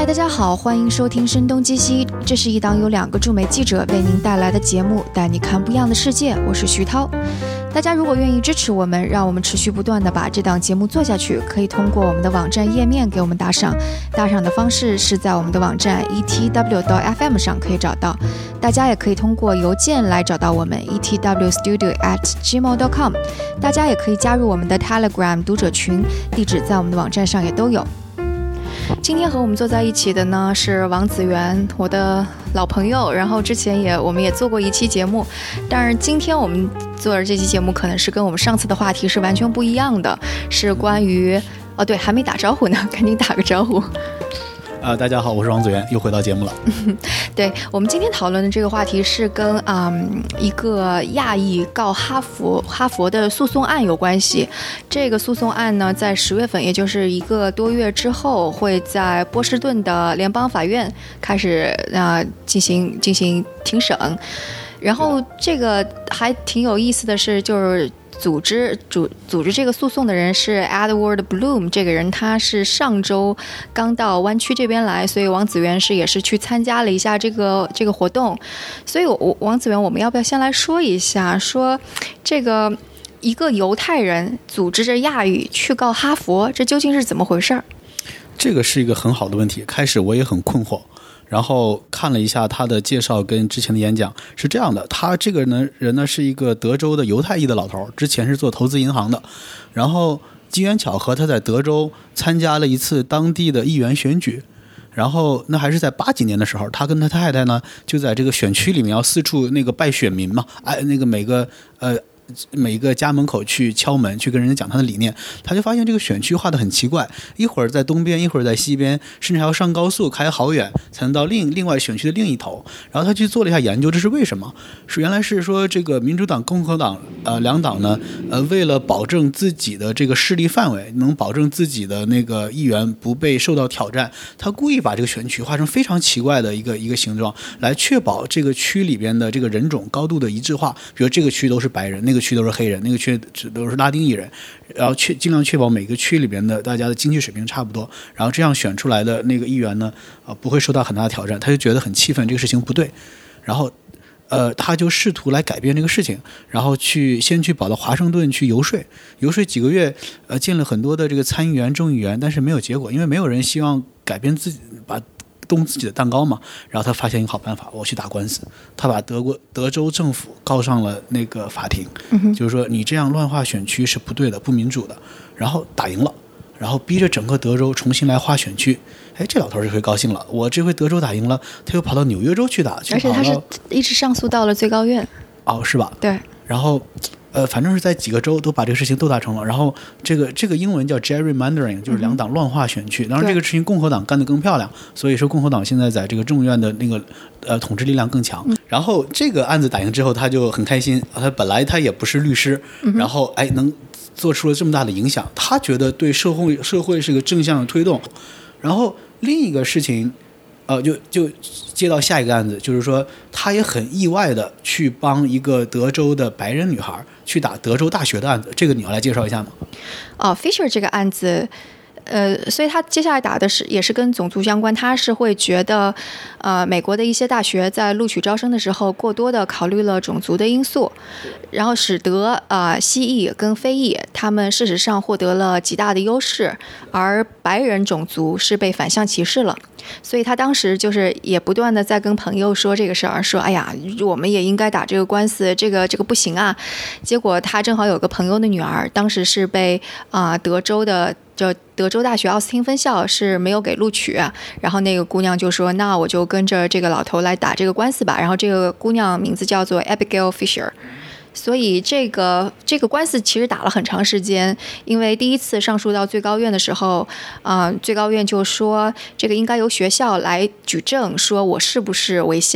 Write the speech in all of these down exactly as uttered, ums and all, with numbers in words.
大家好，欢迎收听《声东击西》，这是一档由两个驻美记者为您带来的节目，带你看不一样的世界。我是徐涛。大家如果愿意支持我们，让我们持续不断的把这档节目做下去，可以通过我们的网站页面给我们打赏。打赏的方式是在我们的网站 e t w dot f m 上可以找到。大家也可以通过邮件来找到我们 e t w studio at gmail dot com。大家也可以加入我们的 Telegram 读者群，地址在我们的网站上也都有。今天和我们坐在一起的呢是王子源，我的老朋友，然后之前也我们也做过一期节目，但是今天我们做的这期节目可能是跟我们上次的话题是完全不一样的，是关于哦对，还没打招呼呢，赶紧打个招呼。 呃，大家好，我是王子源，又回到节目了。 对，我们今天讨论的这个话题是跟嗯一个亚裔告哈佛哈佛的诉讼案有关系。这个诉讼案呢，在十月份，也就是一个多月之后，会在波士顿的联邦法院开始啊、呃、进行进行庭审。然后这个还挺有意思的是，就是组织组组织这个诉讼的人是 Edward Bloom， 这个人他是上周刚到湾区这边来，所以王子源是也是去参加了一下这个这个活动。所以我王子源，我们要不要先来说一下，说这个一个犹太人组织着亚裔去告哈佛，这究竟是怎么回事？ 这个是一个很好的问题，开始我也很困惑。然后看了一下他的介绍跟之前的演讲，是这样的，他这个呢人呢是一个德州的犹太裔的老头，之前是做投资银行的，然后机缘巧合他在德州参加了一次当地的议员选举，然后那还是在八几年的时候，他跟他太太呢就在这个选区里面要四处那个拜选民嘛，哎，那个每个呃每个家门口去敲门，去跟人家讲他的理念。他就发现这个选区画得很奇怪，一会儿在东边，一会儿在西边，甚至还要上高速开好远才能到另另外选区的另一头。然后他去做了一下研究，这是为什么？是原来是说这个民主党、共和党呃两党呢，呃为了保证自己的这个势力范围，能保证自己的那个议员不被受到挑战，他故意把这个选区画成非常奇怪的一个一个形状，来确保这个区里边的这个人种高度的一致化。比如这个区都是白人，那个区都是黑人，那个区都是拉丁裔人，然后确尽量确保每个区里边的大家的经济水平差不多，然后这样选出来的那个议员呢，呃，不会受到很大的挑战。他就觉得很气愤，这个事情不对，然后，呃，他就试图来改变这个事情，然后去先去跑到华盛顿去游说，游说几个月，呃，见了很多的这个参议员、众议员，但是没有结果，因为没有人希望改变自己，把动自己的蛋糕嘛。然后他发现一个好办法，我去打官司。他把德国德州政府告上了那个法庭，嗯、就是说你这样乱划选区是不对的，不民主的。然后打赢了，然后逼着整个德州重新来划选区。哎，这老头就会高兴了，我这回德州打赢了，他又跑到纽约州去打， 而且他是一直上诉到了最高院。 哦，是吧？ 对。 然后。呃，反正是在几个州都把这个事情都达成了，然后这个这个英文叫 gerrymandering， 就是两党乱划选区。当然，这个事情共和党干得更漂亮，所以说共和党现在在这个众院的那个呃统治力量更强。嗯、然后这个案子打赢之后，他就很开心。他本来他也不是律师，嗯、然后哎能做出了这么大的影响，他觉得对社会社会是个正向的推动。然后另一个事情。呃，就就接到下一个案子，就是说他也很意外的去帮一个德州的白人女孩去打德州大学的案子，这个你要来介绍一下吗？ 哦 ，Fisher 这个案子。呃，所以他接下来打的是也是跟种族相关，他是会觉得，呃，美国的一些大学在录取招生的时候过多的考虑了种族的因素，然后使得啊、呃、西裔跟非裔他们事实上获得了极大的优势，而白人种族是被反向歧视了。所以他当时就是也不断的在跟朋友说这个事儿，说哎呀，我们也应该打这个官司，这个这个不行啊。结果他正好有个朋友的女儿，当时是被啊、呃、德州的。就德州大学奥斯汀分校是没有给录取，然后那个姑娘就说那我就跟着这个老头来打这个官司吧，然后这个姑娘名字叫做 Abigail Fisher。所以这个这个官司其实打了很长时间，因为第一次上诉到最高院的时候，啊、呃，最高院就说这个应该由学校来举证，说我是不是违宪了。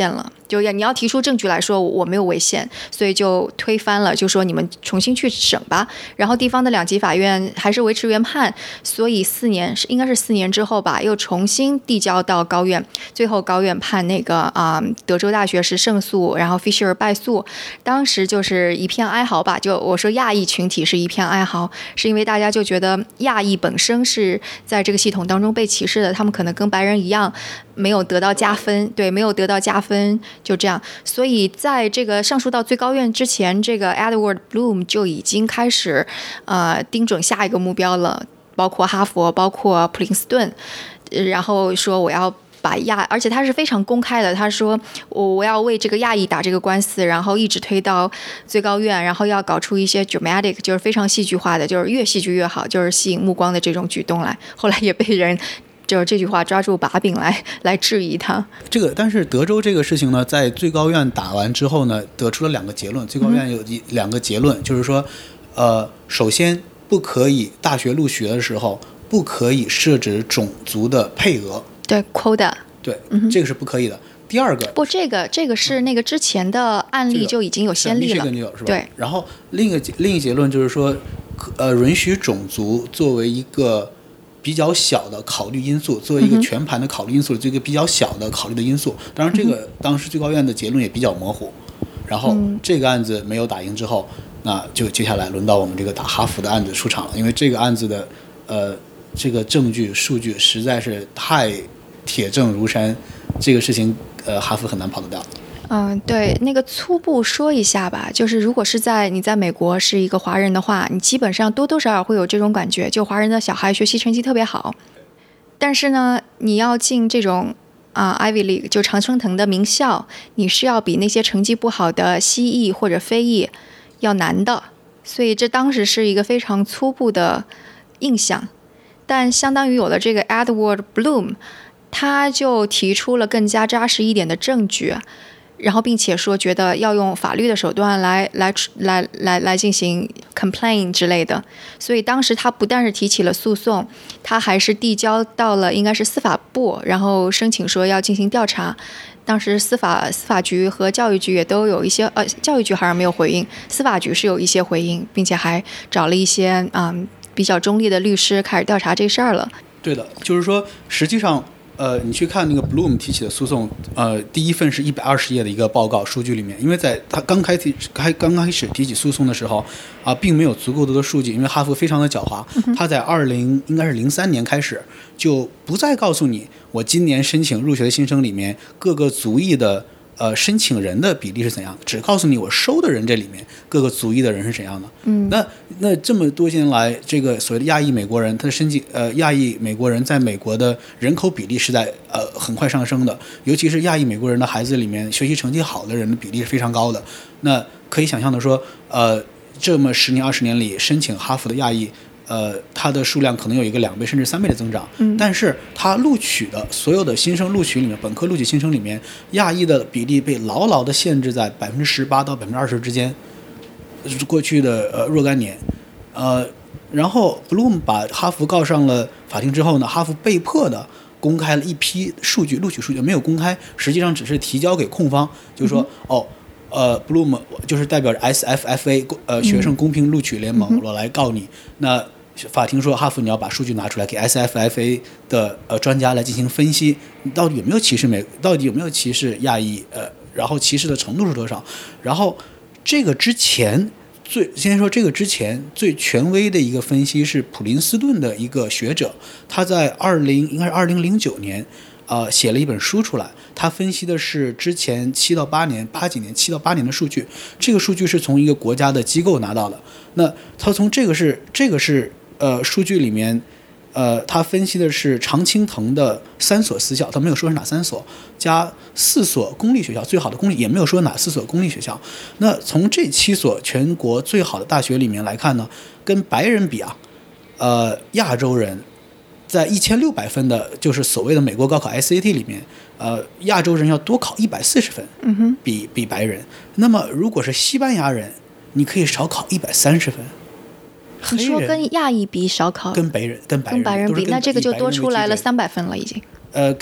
就要你要提出证据来说我没有违宪，所以就推翻了，就说你们重新去审吧。然后地方的两级法院还是维持原判，所以四年应该是四年之后吧，又重新递交到高院，最后高院判那个啊、呃、德州大学是胜诉，然后 Fisher 败诉。当时就是一片哀嚎吧，就我说亚裔群体是一片哀嚎，是因为大家就觉得亚裔本身是在这个系统当中被歧视的，他们可能跟白人一样没有得到加分，对，没有得到加分，就这样。所以在这个上诉到最高院之前，这个 Edward Blum 就已经开始呃盯准下一个目标了，包括哈佛，包括普林斯顿，然后说我要把亚，而且他是非常公开的，他说我我要为这个亚裔打这个官司，然后一直推到最高院，然后要搞出一些 dramatic， 就是非常戏剧化的，就是越戏剧越好，就是吸引目光的这种举动来。后来也被人就是这句话抓住把柄来来质疑他。 这个，但是德州这个事情呢，在最高院打完之后呢，得出了两个结论。最高院有一、嗯、两个结论，就是说，呃，首先不可以大学入学的时候不可以设置种族的配额， 对 quota， 对、嗯，这个是不可以的。第二个， 不，这个这个是那个之前的案例就已经有先例了， 这个、是吧？ 对。 然后另一个另一结论就是说，呃，允许种族作为一个比较小的考虑因素，作为一个全盘的考虑因素，这个比较小的考虑的因素。当然，这个当时最高院的结论也比较模糊。然后这个案子没有打赢之后，那就接下来轮到我们这个打哈佛的案子出场了，因为这个案子的呃这个证据数据实在是太铁证如山，这个事情呃哈佛很难跑得掉。 嗯，对，那个粗步说一下吧，就是如果是在你在美国是一个华人的话，你基本上多多少少会有这种感觉，就华人的小孩学习成绩特别好，但是呢，你要进这种啊、呃、Ivy League 就常春藤的名校，你是要比那些成绩不好的西裔或者非裔要难的，所以这当时是一个非常初步的印象。但相当于有了这个 Edward Blum， 他就提出了更加扎实一点的证据，然后并且说觉得要用法律的手段来来来来来进行 complain 之类的，所以当时他不但是提起了诉讼，他还是递交到了应该是司法部，然后申请说要进行调查。当时司法司法局和教育局也都有一些呃，教育局好像没有回应，司法局是有一些回应，并且还找了一些嗯比较中立的律师开始调查这事儿了。对的， 就是说实际上呃，你去看那个 Blum 提起的诉讼，呃，第一份是一百二十页的一个报告数据里面，因为在他刚开提开刚开始提起诉讼的时候啊、呃，并没有足够多的数据，因为哈佛非常的狡猾，他在二零应该是零三年开始就不再告诉你我今年申请入学的新生里面各个族裔的呃申请人的比例是怎样，只告诉你我收的人这里面各个族裔的人是怎样的。嗯，那那这么多年来，这个所谓的亚裔美国人，他的申请呃亚裔美国人在美国的人口比例是在呃很快上升的，尤其是亚裔美国人的孩子里面，学习成绩好的人的比例是非常高的。那可以想象的说，呃，这么十年二十年里，申请哈佛的亚裔。呃，它的数量可能有一个两倍甚至三倍的增长，嗯，但是它录取的所有的新生录取里面，本科录取新生里面，亚裔的比例被牢牢的限制在百分之十八到百分之二十之间，过去的呃若干年，呃，然后 Blum 把哈佛告上了法庭之后呢，哈佛被迫的公开了一批数据，录取数据没有公开，实际上只是提交给控方，就是说、嗯、哦。呃 ，Blum 就是代表着 S F F A 呃学生公平录取联盟，我来告你。那法庭说，哈佛你要把数据拿出来，给 S F F A 的呃专家来进行分析，你到底有没有歧视美，到底有没有歧视亚裔，呃，然后歧视的程度是多少？然后这个之前最先说这个之前最权威的一个分析是普林斯顿的一个学者，他在二零应该是二零零九年。呃，写了一本书出来，他分析的是之前七到八年、八几年、七到八年的数据。这个数据是从一个国家的机构拿到的。那他从这个是这个是呃数据里面，呃，他分析的是常青藤的三所私校，他没有说是哪三所，加四所公立学校，最好的公立也没有说哪四所公立学校。那从这七所全国最好的大学里面来看呢，跟白人比啊，呃，亚洲人。在一千六百分的，就是所谓的美国高考 S A T 里面，呃，亚洲人要多考一百四十分，嗯哼，比比白人。那么如果是西班牙人，你可以少考一百三十分。 你说跟亚裔比少考， 跟白人跟白人跟白人比，那这个就多出来了三百分了已经。 呃，跟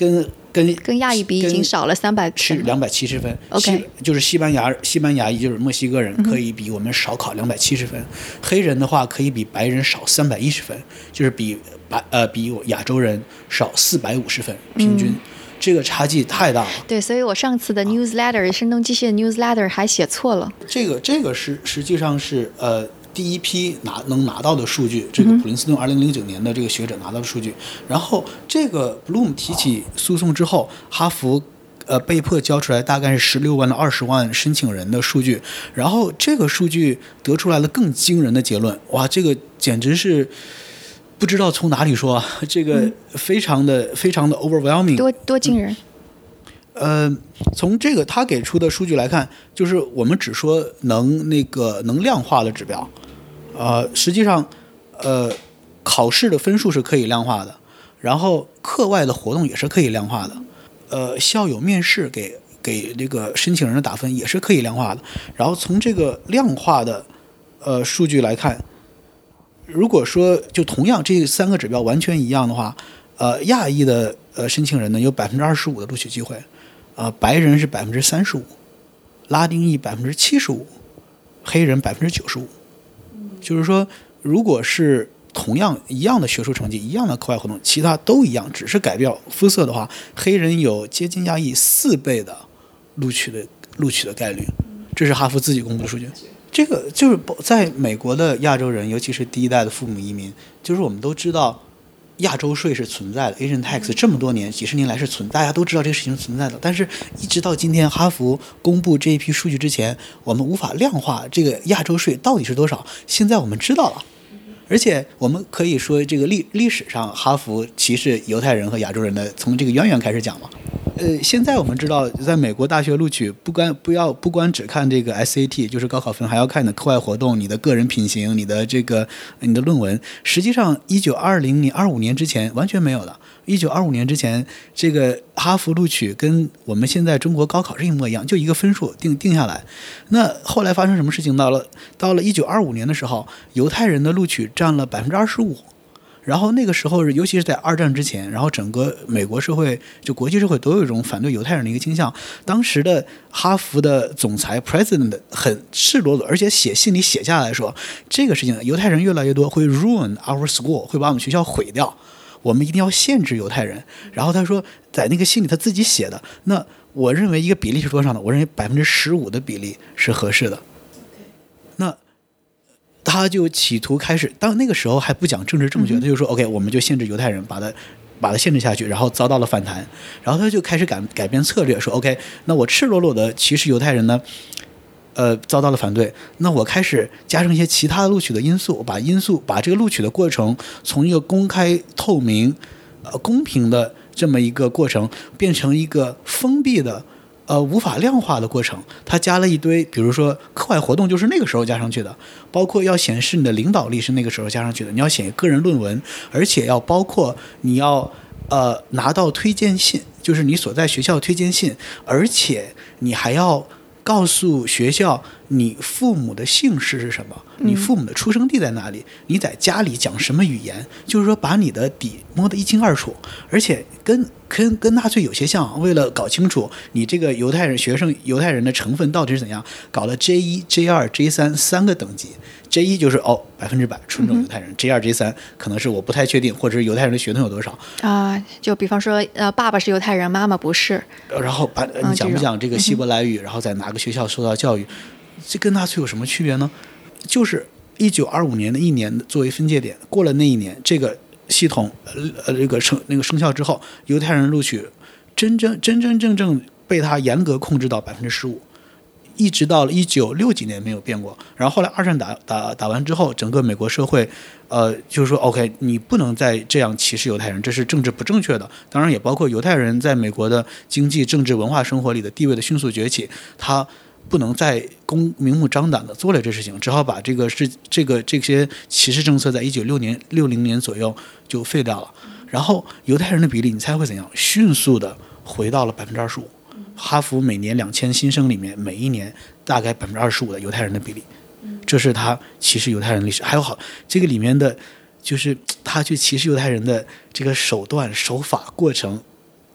跟跟亚裔比已经少了三百是两百七十分。 OK， 就是西班牙西班牙裔就是墨西哥人可以比我们少考两百七十分、嗯，黑人的话可以比白人少三百一十分，就是比白呃比亚洲人少四百五十分平均。嗯，这个差距太大了。 对，所以我上次的 newsletter、啊、声东击西的 newsletter 还写错了。 这个这个是实际上是呃第一批拿能拿到的数据，这个普林斯顿二零零九年的这个学者拿到的数据。嗯、然后这个 Bloom 提起诉讼之后，哈佛呃被迫交出来大概是十六万到二十万申请人的数据，然后这个数据得出来了更惊人的结论。哇，这个简直是。不知道从哪里说，这个非常的、嗯、非常的 overwhelming， 多多惊人。 呃，从这个他给出的数据来看，就是我们只说能那个能量化的指标，呃，实际上，呃，考试的分数是可以量化的，然后课外的活动也是可以量化的，呃，校友面试给给这个申请人的打分也是可以量化的。然后从这个量化的呃数据来看。如果说就同样这三个指标完全一样的话，呃，亚裔的呃申请人呢有百分之二十五的录取机会，呃，白人是百分之三十五，拉丁裔百分之七十五，黑人百分之九十五。就是说，如果是同样一样的学术成绩、一样的课外活动，其他都一样，只是改变肤色的话，黑人有接近亚裔四倍的录取的录取的概率。这是哈佛自己公布的数据。这个就是在美国的亚洲人，尤其是第一代的父母移民，就是我们都知道亚洲税是存在的 Asian tax 这么多年几十年来是存，大家都知道这个事情是存在的，但是一直到今天哈佛公布这一批数据之前，我们无法量化这个亚洲税到底是多少。现在我们知道了，而且我们可以说这个历历史上哈佛歧视犹太人和亚洲人的从这个渊源开始讲嘛。呃，现在我们知道，在美国大学录取，不光不要不光只看这个 S A T， 就是高考分，还要看你的课外活动、你的个人品行、你的这个你的论文。实际上，一九二零年、二五年之前完全没有的。一九二五年之前，这个哈佛录取跟我们现在中国高考是一模一样，就一个分数定定下来。那后来发生什么事情？到了到了一九二五年的时候，犹太人的录取占了百分之二十五。然后那个时候，尤其是在二战之前，然后整个美国社会就国际社会都有一种反对犹太人的一个倾向。当时的哈佛的总裁 president 很赤裸裸，而且写信里写下来说，这个事情犹太人越来越多会 ruin our school， 会把我们学校毁掉，我们一定要限制犹太人。然后他说，在那个信里他自己写的，那我认为一个比例是多少呢？我认为百分之十五的比例是合适的。那他就企图开始，当那个时候还不讲政治正确，他就说 OK， 我们就限制犹太人，把他把他限制下去，然后遭到了反弹，然后他就开始改改变策略，说 OK， 那我赤裸裸的歧视犹太人呢，呃，遭到了反对，那我开始加上一些其他录取的因素，把因素把这个录取的过程从一个公开透明、呃公平的这么一个过程，变成一个封闭的。呃，无法量化的过程，他加了一堆，比如说课外活动就是那个时候加上去的，包括要显示你的领导力是那个时候加上去的，你要写个人论文，而且要包括你要呃拿到推荐信，就是你所在学校推荐信，而且你还要告诉学校你父母的姓氏是什么，你父母的出生地在哪里，你在家里讲什么语言，就是说把你的底摸得一清二楚，而且跟跟跟纳粹有些像，为了搞清楚你这个犹太人学生犹太人的成分到底是怎样，搞了 J 一、J 二、J 三三个等级。J 一就是哦百分之百纯种犹太人、嗯、J 二、J 三可能是我不太确定，或者是犹太人的血统有多少啊？就比方说呃，爸爸是犹太人，妈妈不是。 然后把你讲不讲这个希伯来语、嗯，然后在哪个学校受到教育，这跟纳粹有什么区别呢？就是一九二五年的一年作为分界点，过了那一年，这个系统呃这个生那个生效之后，犹太人录取真真真真正正被他严格控制到百分之十五，一直到了一九六几年没有变过。然后后来二战打打打完之后，整个美国社会呃就是说 OK， 你不能再这样歧视犹太人，这是政治不正确的。当然也包括犹太人在美国的经济、政治、文化生活里的地位的迅速崛起，他不能再公明目张胆的做了这事情，只好把这个是这个这些歧视政策在一九六年六零年左右就废掉了。然后犹太人的比例你猜会怎样？迅速的回到了百分之二十五。哈佛每年两千新生里面，每一年大概百分之二十五的犹太人的比例，这是他歧视犹太人历史。还有好，这个里面的就是他去歧视犹太人的这个手段、手法、过程，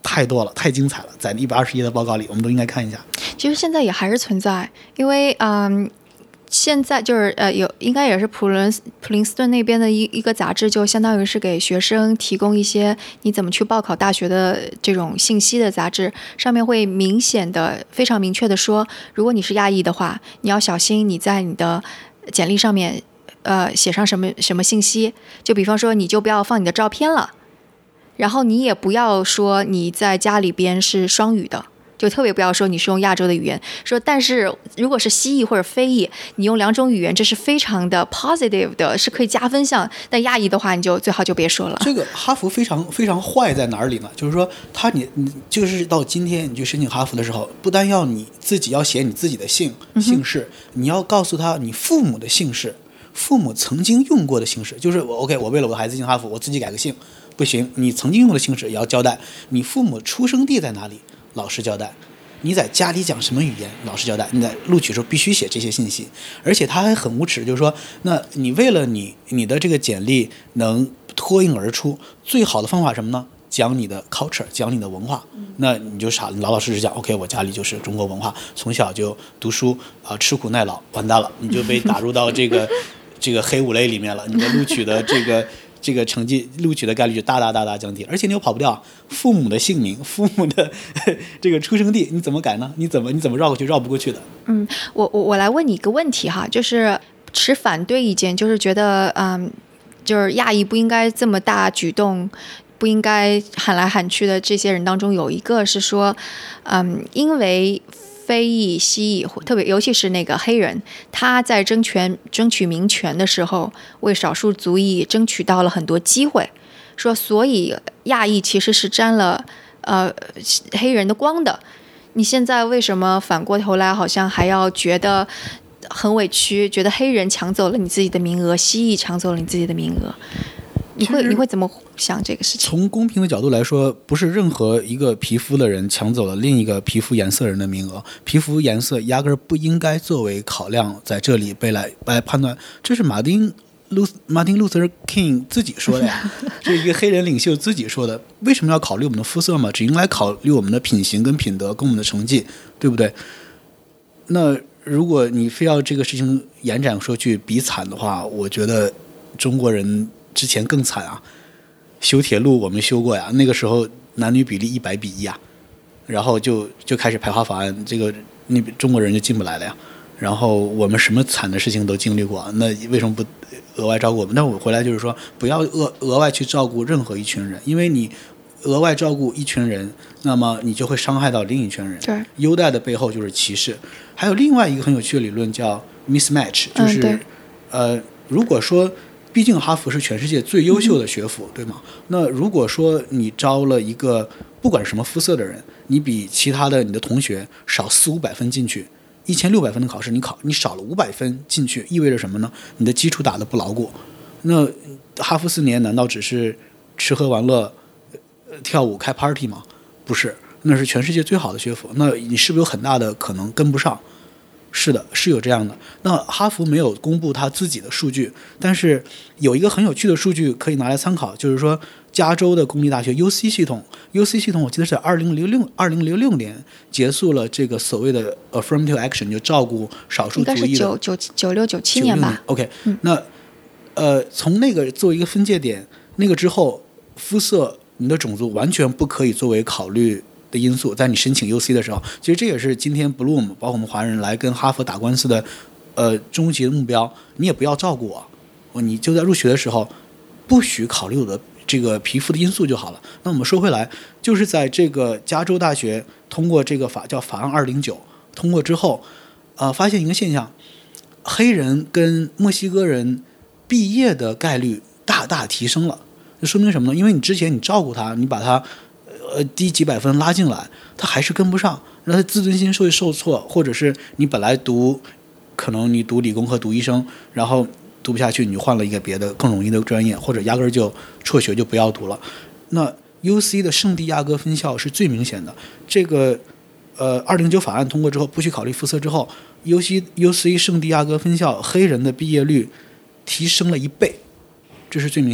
太多了，太精彩了，在一百二十页的报告里，我们都应该看一下。 其实现在也还是存在，因为嗯。现在就是呃有应该也是普林普林斯顿那边的一一个杂志，就相当于是给学生提供一些你怎么去报考大学的这种信息的杂志，上面会明显的非常明确的说，如果你是亚裔的话，你要小心你在你的简历上面呃写上什么什么信息，就比方说你就不要放你的照片了，然后你也不要说你在家里边是双语的。就特别不要说你是用亚洲的语言说，但是如果是西裔或者非裔，你用两种语言，这是非常的 positive 的，是可以加分项。但亚裔的话，你就最好就别说了。 这个哈佛非常非常坏在哪里呢？就是说，他你你就是到今天你去申请哈佛的时候，不单要你自己要写你自己的姓姓氏，嗯、你要告诉他你父母的姓氏，父母曾经用过的姓氏。就是我 OK， 我为了我的孩子进哈佛，我自己改个姓不行，你曾经用的姓氏也要交代。你父母出生地在哪里？老师交代，你在家里讲什么语言？老师交代，你在录取的时候必须写这些信息。而且他还很无耻，就是说，那你为了你你的这个简历能脱颖而出，最好的方法什么呢？讲你的 culture， 讲你的文化。那你就傻，你老老实实讲 ，OK， 我家里就是中国文化，从小就读书啊、呃，吃苦耐劳，完蛋了，你就被打入到这个这个黑五类里面了，你的录取的这个。这个成绩录取的概率就大大大大降低，而且你又跑不掉父母的姓名、父母的这个出生地，你怎么改呢？你怎么你怎么绕过去？绕不过去的。 嗯，我我我来问你一个问题哈，就是持反对意见，就是觉得嗯，就是亚裔不应该这么大举动，不应该喊来喊去的这些人当中，有一个是说，嗯，因为。非裔、西裔，特别尤其是那个黑人，他在争权、争取民权的时候，为少数族裔争取到了很多机会。说，所以亚裔其实是沾了呃黑人的光的。你现在为什么反过头来好像还要觉得很委屈，觉得黑人抢走了你自己的名额，西裔抢走了你自己的名额？你会你会怎么想这个事情？ 从公平的角度来说，不是任何一个皮肤的人抢走了另一个皮肤颜色人的名额，皮肤颜色压根儿不应该作为考量在这里被来来判断。这是马丁路马丁路特 King 自己说的呀，这一个黑人领袖自己说的。为什么要考虑我们的肤色嘛？只应该考虑我们的品行跟品德跟我们的成绩，对不对？那如果你非要这个事情延展说去比惨的话，我觉得中国人之前更惨啊，修铁路我们修过呀，那个时候男女比例一百比一啊，然后就就开始排华法案，这个那中国人就进不来了呀。然后我们什么惨的事情都经历过，那为什么不额外照顾我们？那我回来就是说，不要额额外去照顾任何一群人，因为你额外照顾一群人，那么你就会伤害到另一群人。 对， 优待的背后就是歧视。还有另外一个很有趣的理论叫 mismatch， 就是、 嗯、 呃，如果说。毕竟哈佛是全世界最优秀的学府、嗯、对吗？那如果说你招了一个不管什么肤色的人，你比其他的你的同学少四五百分进去，一千六百分的考试你考你少了五百分进去，意味着什么呢？你的基础打得不牢固。那哈佛四年难道只是吃喝玩乐、跳舞开 party 吗？不是，那是全世界最好的学府，那你是不是有很大的可能跟不上？是的，是有这样的。那哈佛没有公布他自己的数据，但是有一个很有趣的数据可以拿来参考，就是说加州的公立大学 U C 系统 ，U C 系统我记得是二零零六二零零六年结束了这个所谓的 affirmative action， 就照顾少数族裔的。应该是九九九六九七年吧。 OK，、嗯、那呃，从那个作为一个分界点，那个之后，肤色、你的种族完全不可以作为考虑的因素，在你申请 U C 的时候，其实这也是今天 Bloom 包括我们华人来跟哈佛打官司的，呃，终极的目标。你也不要照顾我，你就在入学的时候不许考虑我的这个皮肤的因素就好了。那我们说回来，就是在这个加州大学通过这个法叫法案二零九通过之后，呃，发现一个现象，黑人跟墨西哥人毕业的概率大大提升了。这说明什么呢？因为你之前你照顾他，你把他呃，低几百分拉进来，他还是跟不上，让他自尊心会受挫，或者是你本来读，可能你读理工和读医生，然后读不下去，你就换了一个别的更容易的专业，或者压根就辍学就不要读了。那 U C 的圣地亚哥分校是最明显的，这个呃二零九法案通过之后，不许考虑肤色之后 ，U C U C 圣地亚哥分校黑人的毕业率提升了一倍，这是最明显的。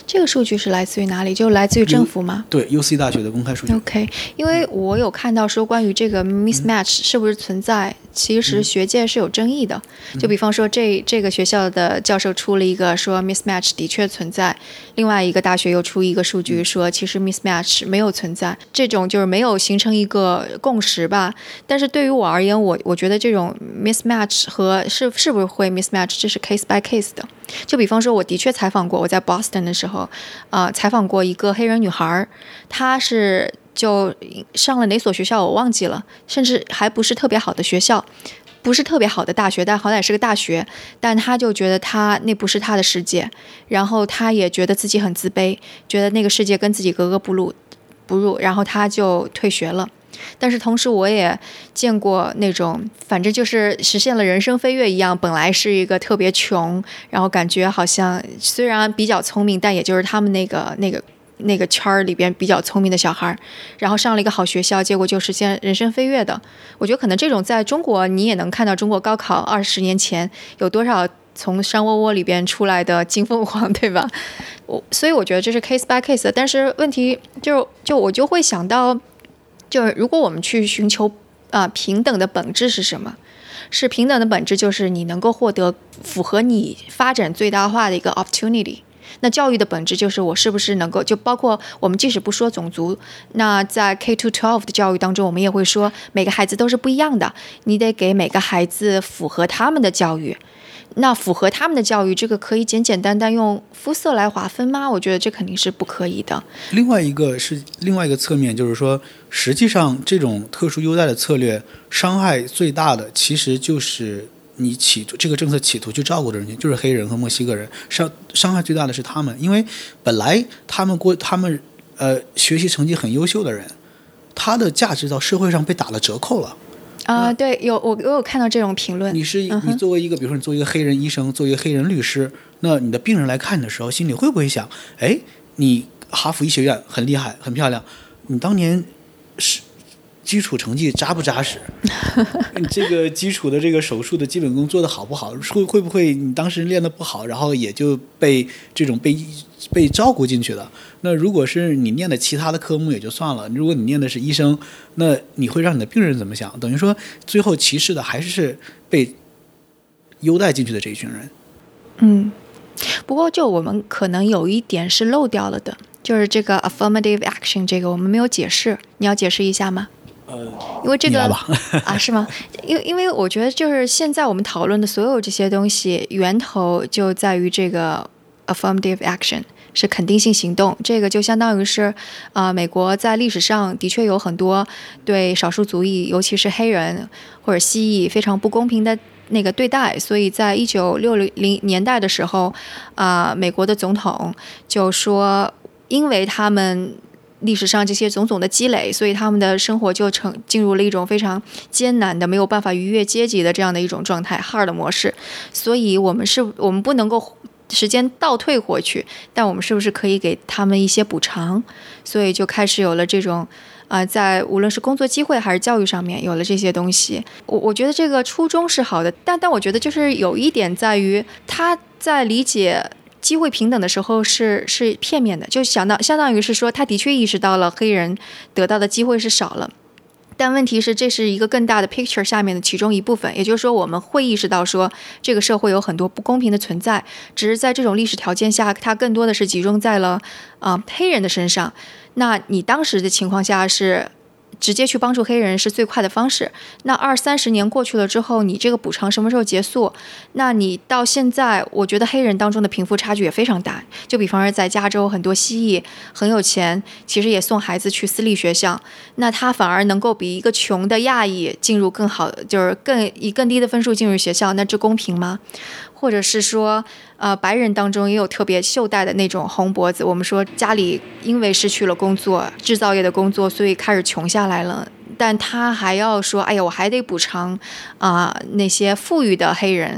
这个数据是来自于哪里？就来自于政府吗？ 对 ，U C 大学的公开数据。 OK， 因为我有看到说关于这个 mismatch 是不是存在，嗯、其实学界是有争议的。嗯、就比方说这这个学校的教授出了一个说 mismatch 的确存在，另外一个大学又出一个数据说其实 mismatch 没有存在，这种就是没有形成一个共识吧。但是对于我而言，我我觉得这种 mismatch 和是是不是会 mismatch， 这是 case by case 的。就比方说我的确采访过，我在 Boston 的时候呃，采访过一个黑人女孩，她是就上了哪所学校我忘记了，甚至还不是特别好的学校，不是特别好的大学，但好歹是个大学，但她就觉得她那不是她的世界，然后她也觉得自己很自卑，觉得那个世界跟自己格格不入不入，然后她就退学了。但是同时我也见过那种反正就是实现了人生飞跃一样，本来是一个特别穷，然后感觉好像虽然比较聪明，但也就是他们那个那个那个圈里边比较聪明的小孩，然后上了一个好学校，结果就实现人生飞跃的。我觉得可能这种在中国你也能看到，中国高考二十年前有多少从山窝窝里边出来的金凤凰，对吧？我所以我觉得这是 case by case 的。但是问题就就我就会想到，就是如果我们去寻求啊、呃、平等的本质是什么？是平等的本质就是你能够获得符合你发展最大化的一个 opportunity。那教育的本质就是我是不是能够，就包括我们即使不说种族，那在 K to 十二 的教育当中，我们也会说每个孩子都是不一样的，你得给每个孩子符合他们的教育。那符合他们的教育，这个可以简简单单用肤色来划分吗？我觉得这肯定是不可以的。 另外一个是另外一个侧面，就是说，实际上这种特殊优待的策略，伤害最大的其实就是你企图这个政策企图去照顾的人群，就是黑人和墨西哥人，伤伤害最大的是他们，因为本来他们过他们呃学习成绩很优秀的人，他的价值到社会上被打了折扣了。 啊、呃，对，有我我有看到这种评论。 你是你作为一个，比如说你作为一个黑人医生，作为一个黑人律师，那你的病人来看你的时候，心里会不会想，哎，你哈佛医学院很厉害，很漂亮，你当年是基础成绩扎不扎实？你这个基础的这个手术的基本功做得好不好？会会不会你当时练得不好，然后也就被这种被被照顾进去了？那如果是你念的其他的科目也就算了，如果你念的是医生，那你会让你的病人怎么想？等于说最后歧视的还是被优待进去的这一群人。 嗯，不过就我们可能有一点是漏掉了的，就是这个 affirmative action 这个我们没有解释，你要解释一下吗？ 呃， 因为这个啊，是吗？因为因为我觉得就是现在我们讨论的所有这些东西，源头就在于这个 affirmative action， 是肯定性行动。这个就相当于是啊、呃，美国在历史上的确有很多对少数族裔，尤其是黑人或者蜥蜴非常不公平的那个对待，所以在一九六零年代的时候，啊、呃，美国的总统就说，因为他们历史上这些种种的积累，所以他们的生活就成进入了一种非常艰难的、没有办法逾越阶级的这样的一种状态 hard 模式。所以我们是我们不能够时间倒退回去，但我们是不是可以给他们一些补偿？所以就开始有了这种啊、呃，在无论是工作机会还是教育上面有了这些东西。我我觉得这个初衷是好的，但但我觉得就是有一点在于他在理解机会平等的时候是是片面的，就相当相当于是说他的确意识到了黑人得到的机会是少了，但问题是这是一个更大的 picture 下面的其中一部分，也就是说我们会意识到说这个社会有很多不公平的存在，只是在这种历史条件下它更多的是集中在了啊、呃、黑人的身上。那你当时的情况下是直接去帮助黑人是最快的方式，那二三十年过去了之后，你这个补偿什么时候结束？那你到现在我觉得黑人当中的贫富差距也非常大，就比方说在加州很多蜥蜴很有钱，其实也送孩子去私立学校，那他反而能够比一个穷的亚裔进入更好，就是更以更低的分数进入学校，那这公平吗？或者是说呃，白人当中也有特别袖带的那种红脖子，我们说家里因为失去了工作，制造业的工作，所以开始穷下来了，但他还要说哎呀我还得补偿啊、呃、那些富裕的黑人，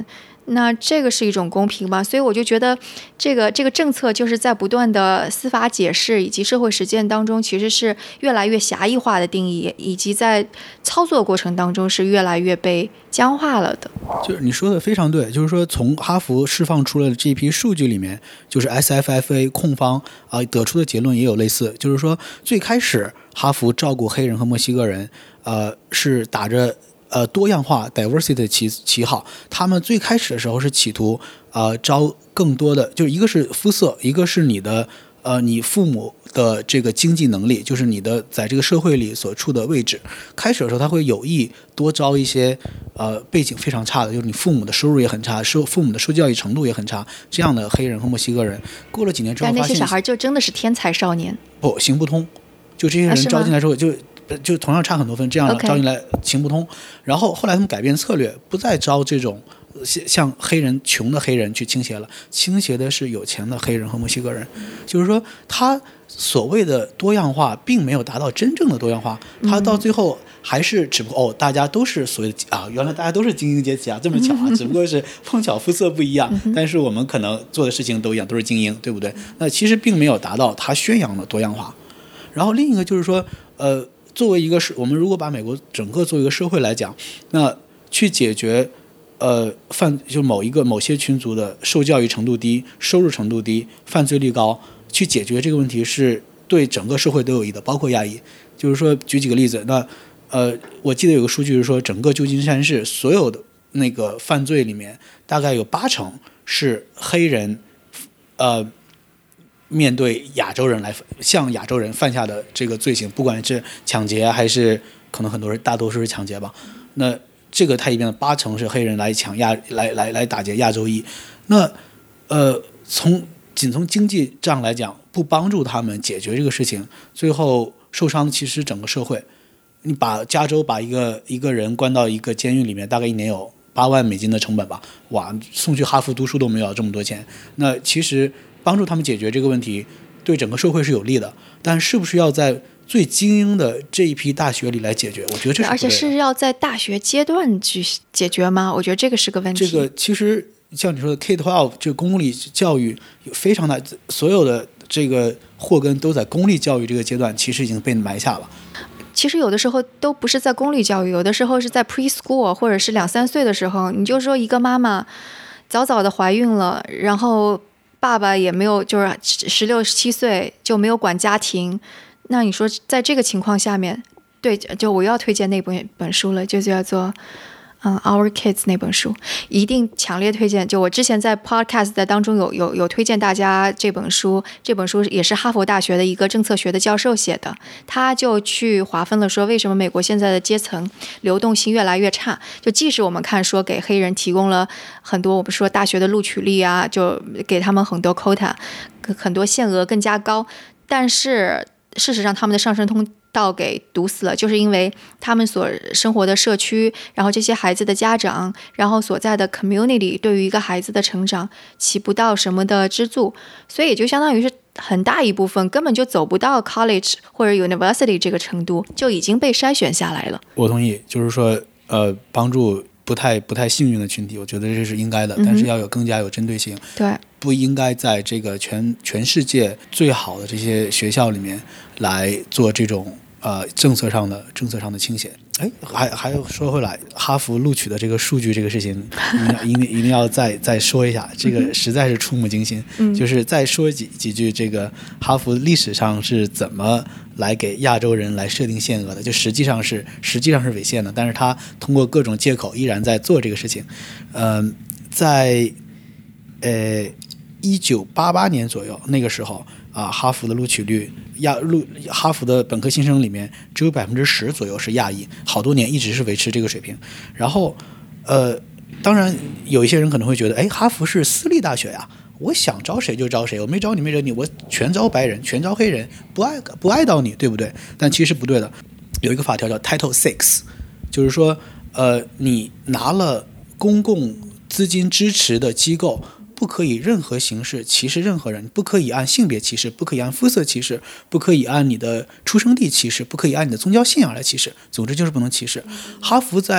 那这个是一种公平吧？所以我就觉得这个这个政策就是在不断的司法解释以及社会实践当中，其实是越来越狭义化的定义，以及在操作过程当中是越来越被僵化了的。 就是你说的非常对，就是说从哈佛释放出了这批数据里面，就是 S F F A 控方啊、呃、得出的结论也有类似，就是说最开始哈佛照顾黑人和墨西哥人，呃是打着呃，多样化 diversity 的旗旗号，他们最开始的时候是企图呃招更多的，就是一个是肤色，一个是你的呃你父母的这个经济能力，就是你的在这个社会里所处的位置。开始的时候他会有意多招一些呃背景非常差的，就是你父母的收入也很差，受父母的受教育程度也很差，这样的黑人和墨西哥人。过了几年之后发现， 但那些小孩就真的是天才少年， 不行不通，就这些人招进来之后就。就同样差很多分，这样招进来行不通。Okay. 然后后来他们改变策略，不再招这种像黑人穷的黑人去倾斜了，倾斜的是有钱的黑人和墨西哥人。就是说，他所谓的多样化并没有达到真正的多样化，他到最后还是只不过哦，大家都是所谓的啊，原来大家都是精英阶级啊，这么巧啊，只不过是碰巧肤色不一样，但是我们可能做的事情都一样，都是精英，对不对？那其实并没有达到他宣扬的多样化。然后另一个就是说，呃。作为一个我们如果把美国整个作为一个社会来讲，那去解决呃犯就某一个某些群族的受教育程度低、收入程度低、犯罪率高，去解决这个问题是对整个社会都有益的，包括亚裔。就是说，举几个例子，那呃，我记得有个数据是说，整个旧金山市所有的那个犯罪里面，大概有八成是黑人，呃。面对亚洲人来向亚洲人犯下的这个罪行，不管是抢劫还是可能很多人大多数是抢劫吧，那这个太一边的八成是黑人来抢亚来来来打劫亚洲裔，那呃从仅从经济上来讲，不帮助他们解决这个事情，最后受伤的其实整个社会。你把加州把一个一个人关到一个监狱里面，大概一年有八万美金的成本吧，哇，送去哈佛读书都没有这么多钱，那其实。帮助他们解决这个问题，对整个社会是有利的，但是不是要在最精英的这一批大学里来解决？我觉得这是不对的。而且是要在大学阶段去解决吗？我觉得这个是个问题。 这个其实像你说的 K 十二 这个公立教育非常大，所有的这个祸根都在公立教育这个阶段，其实已经被埋下了。 其实有的时候都不是在公立教育，有的时候是在 preschool 或者是两三岁的时候，你就说一个妈妈早早的怀孕了，然后爸爸也没有，就是十六七岁就没有管家庭，那你说在这个情况下面，对，就我要推荐那本本书了，就叫做嗯 Our Kids 那本书，一定强烈推荐。就我之前在 podcast 在当中有有有推荐大家这本书，这本书也是哈佛大学的一个政策学的教授写的，他就去划分了说为什么美国现在的阶层流动性越来越差。就即使我们看说给黑人提供了很多我们说大学的录取率啊，就给他们很多 quota， 很多限额更加高，但是事实上他们的上升通道给堵死了，就是因为他们所生活的社区，然后这些孩子的家长，然后所在的 community 对于一个孩子的成长起不到什么的支柱，所以也就相当于是很大一部分根本就走不到 college 或者 university 这个程度，就已经被筛选下来了。 我同意，就是说呃，帮助不太不太幸运的群体，我觉得这是应该的，但是要有更加有针对性。 对， 不应该在这个全全世界最好的这些学校里面来做这种呃政策上的政策上的倾斜。哎，还还有说回来，哈佛录取的这个数据这个事情，一定一定要再再说一下，这个实在是触目惊心。嗯，就是再说几几句，这个哈佛历史上是怎么来给亚洲人来设定限额的？就实际上是实际上是违宪的，但是他通过各种借口依然在做这个事情。嗯、呃，在呃一九八八年左右那个时候啊，哈佛的录取率。亚录哈佛的本科新生里面只有百分之十左右是亚裔，好多年一直是维持这个水平。然后，呃，当然有一些人可能会觉得，哎，哈佛是私立大学呀，我想招谁就招谁，我没招你没惹你，我全招白人，全招黑人，不爱不爱到你，对不对？但其实不对的，有一个法条叫 Title Six， 就是说，呃，你拿了公共资金支持的机构。不可以任何形式歧视任何人，不可以按性别歧视，不可以按肤色歧视，不可以按你的出生地歧视，不可以按你的宗教信仰来歧视，总之就是不能歧视。哈佛在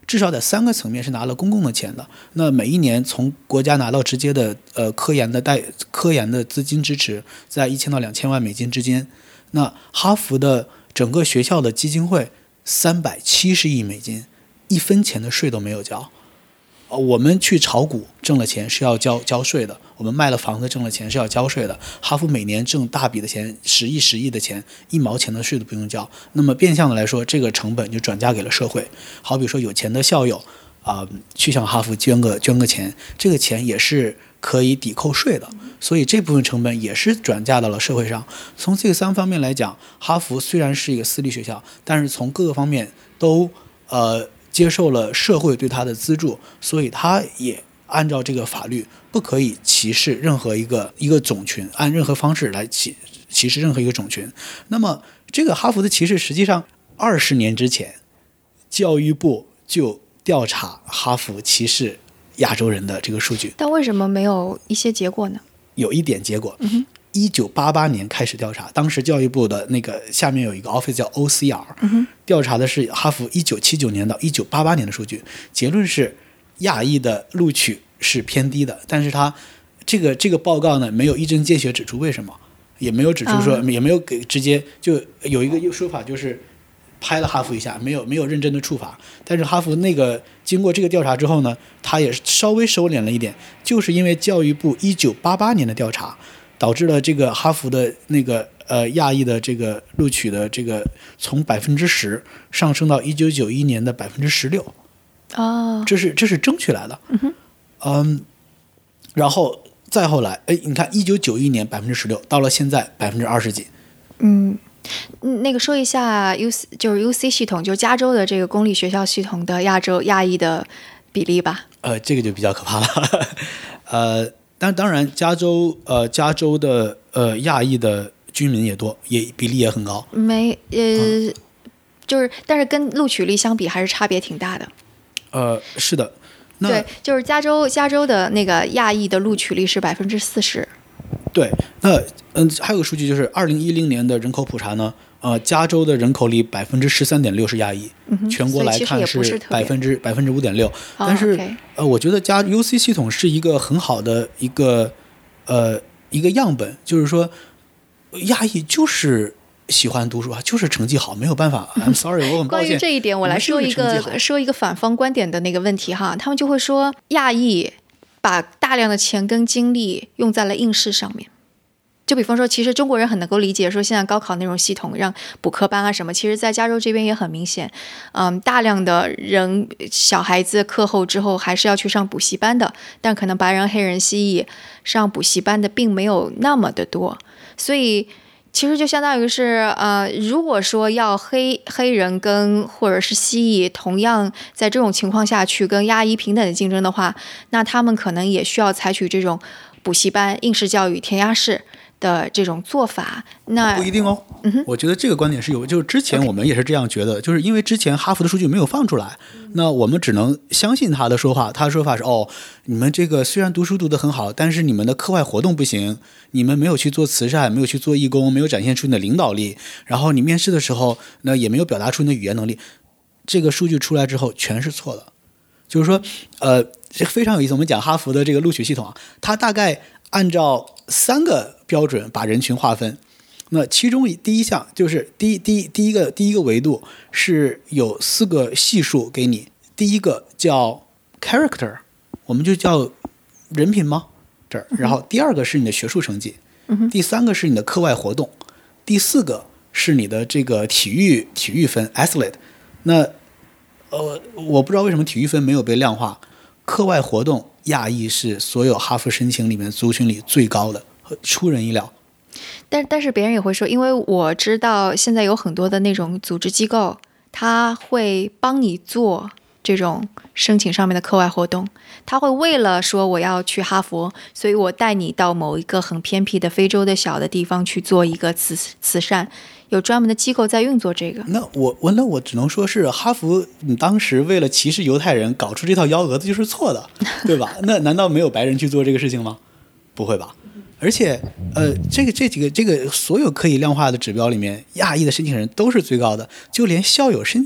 至少在三个层面是拿了公共的钱的。那每一年从国家拿到直接的呃科研的带科研的资金支持，在一千到两千万美金之间。那哈佛的整个学校的基金会三百七十亿美金，一分钱的税都没有交。我们去炒股挣了钱是要交交税的，我们卖了房子挣了钱是要交税的。哈佛每年挣大笔的钱，十亿十亿的钱，一毛钱的税都不用交。那么变相的来说，这个成本就转嫁给了社会。好比说有钱的校友啊、呃，去向哈佛捐个捐个钱，这个钱也是可以抵扣税的，所以这部分成本也是转嫁到了社会上。从这三方面来讲，哈佛虽然是一个私立学校，但是从各个方面都呃。接受了社会对他的资助，所以他也按照这个法律不可以歧视任何一个一个种群，按任何方式来歧歧视任何一个种群。那么这个哈佛的歧视，实际上二十年之前，教育部就调查哈佛歧视亚洲人的这个数据。 但为什么没有一些结果呢？ 有一点结果。 嗯哼。 一九八八年开始调查，当时教育部的那个下面有一个 office 叫 O C R，、 嗯、 调查的是哈佛一九七九年到一九八八年的数据，结论是亚裔的录取是偏低的，但是他这个这个报告呢没有一针见血指出为什么，也没有指出说、嗯、也没有给直接就有一个说法就是拍了哈佛一下，没有没有认真的处罚，但是哈佛那个经过这个调查之后呢，他也稍微收敛了一点，就是因为教育部一九八八年的调查。导致了这个哈佛的那个呃亚裔的这个录取的这个从百分之十上升到一九九一年的百分之十六， 哦， 这是这是争取来的， 嗯哼， 嗯，然后再后来，哎，你看一九九一年百分之十六，到了现在百分之二十几， 嗯，那个说一下 U C 就是 U C 系统，就是加州的这个公立学校系统的亚洲亚裔的比例吧？ 呃，这个就比较可怕了，呃。但当然，加州呃，加州的呃亚裔的居民也多，也比例也很高。 没呃、嗯，就是，但是跟录取率相比，还是差别挺大的。 呃，是的。那对，就是加州加州的那个亚裔的录取率是百分之四十。 对，那嗯，还有个数据就是二零一零年的人口普查呢，呃，加州的人口里百分之十三点六是亚裔、 嗯， 全国来看是百分之百分之五点六。但是、 哦 okay、 呃，我觉得加 U C 系统是一个很好的一个呃一个样本，就是说亚裔就是喜欢读书啊，就是成绩好，没有办法。I'm sorry， 我很抱歉。 关于这一点，我来说一个说一个反方观点的那个问题哈，他们就会说亚裔把大量的钱跟精力用在了应试上面。就比方说，其实中国人很能够理解说现在高考那种系统让补课班啊什么，其实在加州这边也很明显，嗯，大量的人小孩子课后之后还是要去上补习班的，但可能白人、黑人、西裔上补习班的并没有那么的多，所以其实就相当于是呃，如果说要黑黑人跟或者是西裔同样在这种情况下去跟亚裔平等的竞争的话，那他们可能也需要采取这种补习班、应试教育、填鸭式的这种做法。那不一定哦、 嗯、 我觉得这个观点是有，就是之前我们也是这样觉得、okay. 就是因为之前哈佛的数据没有放出来、嗯、那我们只能相信他的说法，他的说法是哦，你们这个虽然读书读得很好，但是你们的课外活动不行，你们没有去做慈善，没有去做义工，没有展现出你的领导力，然后你面试的时候那也没有表达出你的语言能力。这个数据出来之后全是错的，就是说呃，这非常有意思。我们讲哈佛的这个录取系统啊，它大概按照三个标准把人群划分，那其中第一项就是第一第一第一个第一个维度是有四个系数给你，第一个叫 character， 我们就叫人品吗？这儿，然后第二个是你的学术成绩，第三个是你的课外活动，第四个是你的这个体育体育分 athlete。那呃，我不知道为什么体育分没有被量化，课外活动亚裔是所有哈佛申请里面族群里最高的，出人意料。 但但是别人也会说，因为我知道现在有很多的那种组织机构，他会帮你做这种申请上面的课外活动，他会为了说我要去哈佛，所以我带你到某一个很偏僻的非洲的小的地方去做一个慈慈善，有专门的机构在运作这个。 那我我那我只能说是哈佛，你当时为了歧视犹太人搞出这套幺蛾子就是错的，对吧？那难道没有白人去做这个事情吗？不会吧？而且呃，这个这几个这个所有可以量化的指标里面，亚裔的申请人都是最高的，就连校友申请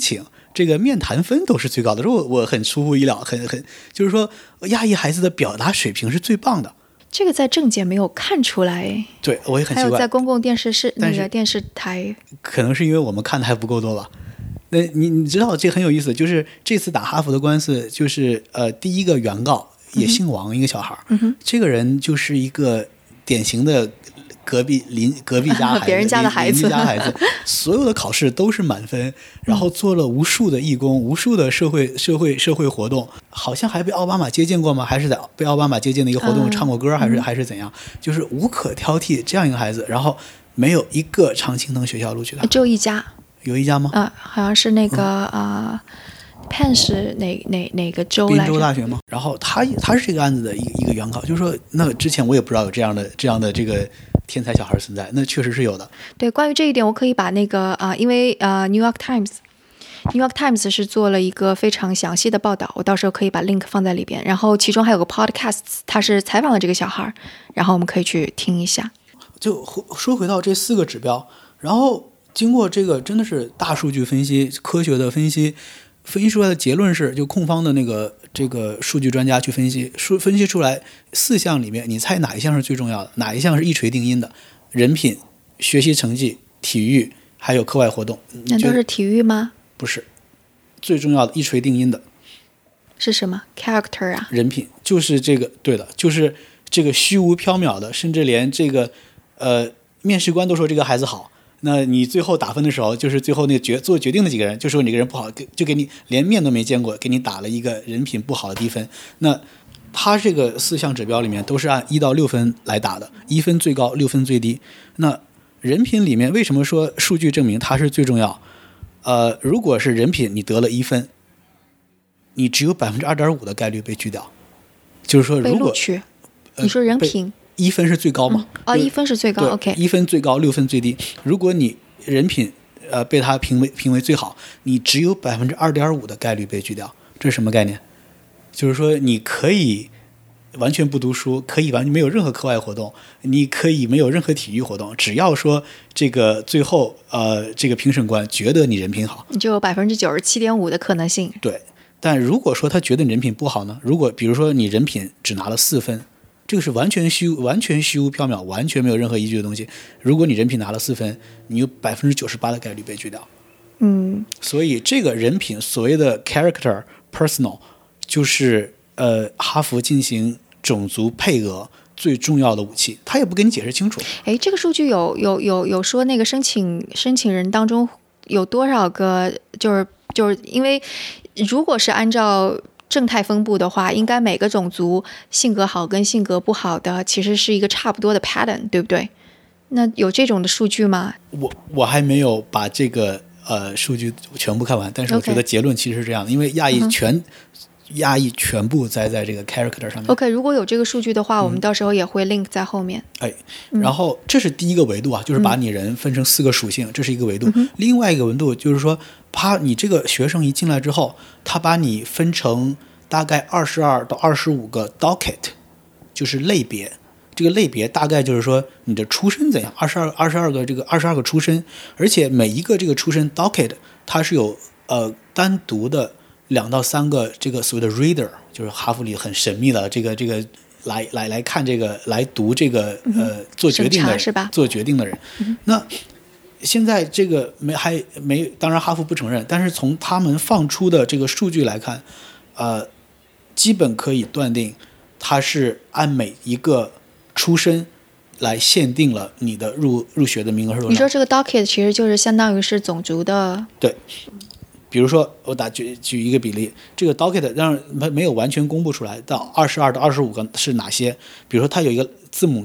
这个面谈分都是最高的。我我很出乎意料，很很就是说亚裔孩子的表达水平是最棒的。 这个在政界没有看出来， 对我也很奇怪。 还有在公共电视是那个电视台， 可能是因为我们看的还不够多吧。那你你知道这很有意思，就是这次打哈佛的官司，就是呃第一个原告也姓王，嗯、一个小孩， 嗯、 这个人就是一个典型的隔壁邻隔壁家孩子， 别人家的孩子， 邻居家孩子，所有的考试都是满分，然后做了无数的义工，无数的社会社会社会活动，好像还被奥巴马接见过吗？还是在被奥巴马接见的一个活动唱过歌，嗯、还是还是怎样？就是无可挑剔这样一个孩子，然后没有一个常青藤学校录取他， 只有一家。 有一家吗？ 啊、呃，好像是那个啊、嗯呃、，Penn 是哪哪哪个州来着？ 宾州大学吗？然后他他是这个案子的一个一个原告，就是说，那之前我也不知道有这样的这样的这个天才小孩存在，那确实是有的。 对，关于这一点，我可以把那个啊、呃，因为呃，New York Times。New York Times 是做了一个非常详细的报道，我到时候可以把 link 放在里边。然后其中还有个 podcast， 他是采访了这个小孩，然后我们可以去听一下。 就说回到这四个指标，然后。经过这个真的是大数据分析、科学的分析，分析出来的结论是，就控方的那个这个数据专家去分析，数分析出来四项里面，你猜哪一项是最重要的？哪一项是一锤定音的？人品、学习成绩、体育，还有课外活动。 那都是体育吗？ 不是，最重要的一锤定音的是什么 ？character 啊？ 人品就是这个，对的，就是这个虚无缥缈的，甚至连这个呃面试官都说这个孩子好。那你最后打分的时候，就是最后那决做决定的几个人，就说你这个人不好，就给你连面都没见过，给你打了一个人品不好的低分。那他这个四项指标里面都是按一到六分来打的，一分最高，六分最低。那人品里面为什么说数据证明它是最重要？呃，如果是人品你得了一分，你只有百分之二点五的概率被拒掉。就是说，如果呃、你说人品。 一分是最高嘛？ 嗯、哦，一分是最高 ，OK。 一分最高，六分最低。如果你人品呃被他评为评为最好，你只有百分之二点五的概率被拒掉。这是什么概念？就是说你可以完全不读书，可以完全没有任何课外活动，你可以没有任何体育活动，只要说这个最后呃这个评审官觉得你人品好， 你就有百分之九十七点五的可能性。 对，但如果说他觉得你人品不好呢？如果比如说你人品只拿了四分。这个是完全虚完全虚无缥缈，完全没有任何依据的东西。如果你人品拿了四分，你有百分之九十八的概率被拒掉。 嗯， 所以这个人品所谓的 character personal， 就是呃哈佛进行种族配额最重要的武器。他也不跟你解释清楚。 哎，这个数据有有有有说那个申请申请人当中有多少个，就是就是因为如果是按照。正态分布的话，应该每个种族性格好跟性格不好的其实是一个差不多的 pattern， 对不对？那有这种的数据吗？ 我我还没有把这个呃数据全部看完，但是我觉得结论其实是这样的， okay. 因为亚裔全、嗯、亚裔全部栽在这个 character 上面。 OK， 如果有这个数据的话，嗯、我们到时候也会 link 在后面。 哎，然后这是第一个维度啊，就是把你人分成四个属性，嗯、这是一个维度。嗯、另外一个维度就是说，他你这个学生一进来之后，他把你分成大概二十二到二十五个 docket， 就是类别。这个类别大概就是说你的出身怎样，二十二二十二个这个二十二个出身，而且每一个这个出身 docket 它是有呃单独的两到三个这个所谓的 reader， 就是哈佛里很神秘的这个这个来来来看这个来读这个呃做决定的人， 是吧？ 做决定的人。 嗯、 那现在这个没还没，当然哈佛不承认，但是从他们放出的这个数据来看，呃，基本可以断定它是按每一个出身来限定了你的入入学的名额是多少。 你说这个 docket 其实就是相当于是种族的。 对，比如说我打举举一个比例，这个 docket 让没没有完全公布出来，到二十二到二十五个是哪些？比如说它有一个字母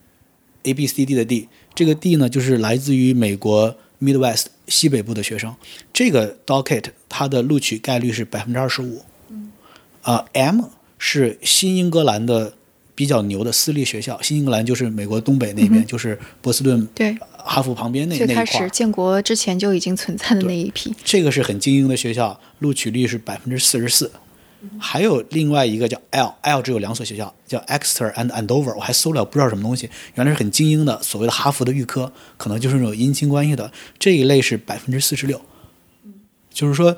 D，A B C D 的 D， 这个 D 呢就是来自于美国 Midwest 西北部的学生，这个 docket 它的录取概率是百分之二十五。嗯，啊 M 是新英格兰的比较牛的私立学校，新英格兰就是美国东北那边，嗯、就是波士顿、 对哈佛旁边那那一块。 最开始建国之前就已经存在的那一批， 这个是很精英的学校，录取率是百分之四十四。还有另外一个叫 L，L 只有两所学校，叫 Exeter and Andover， 我还搜了不知道什么东西，原来是很精英的，所谓的哈佛的预科，可能就是那种姻亲关系的，这一类是百分之四十六。就是说，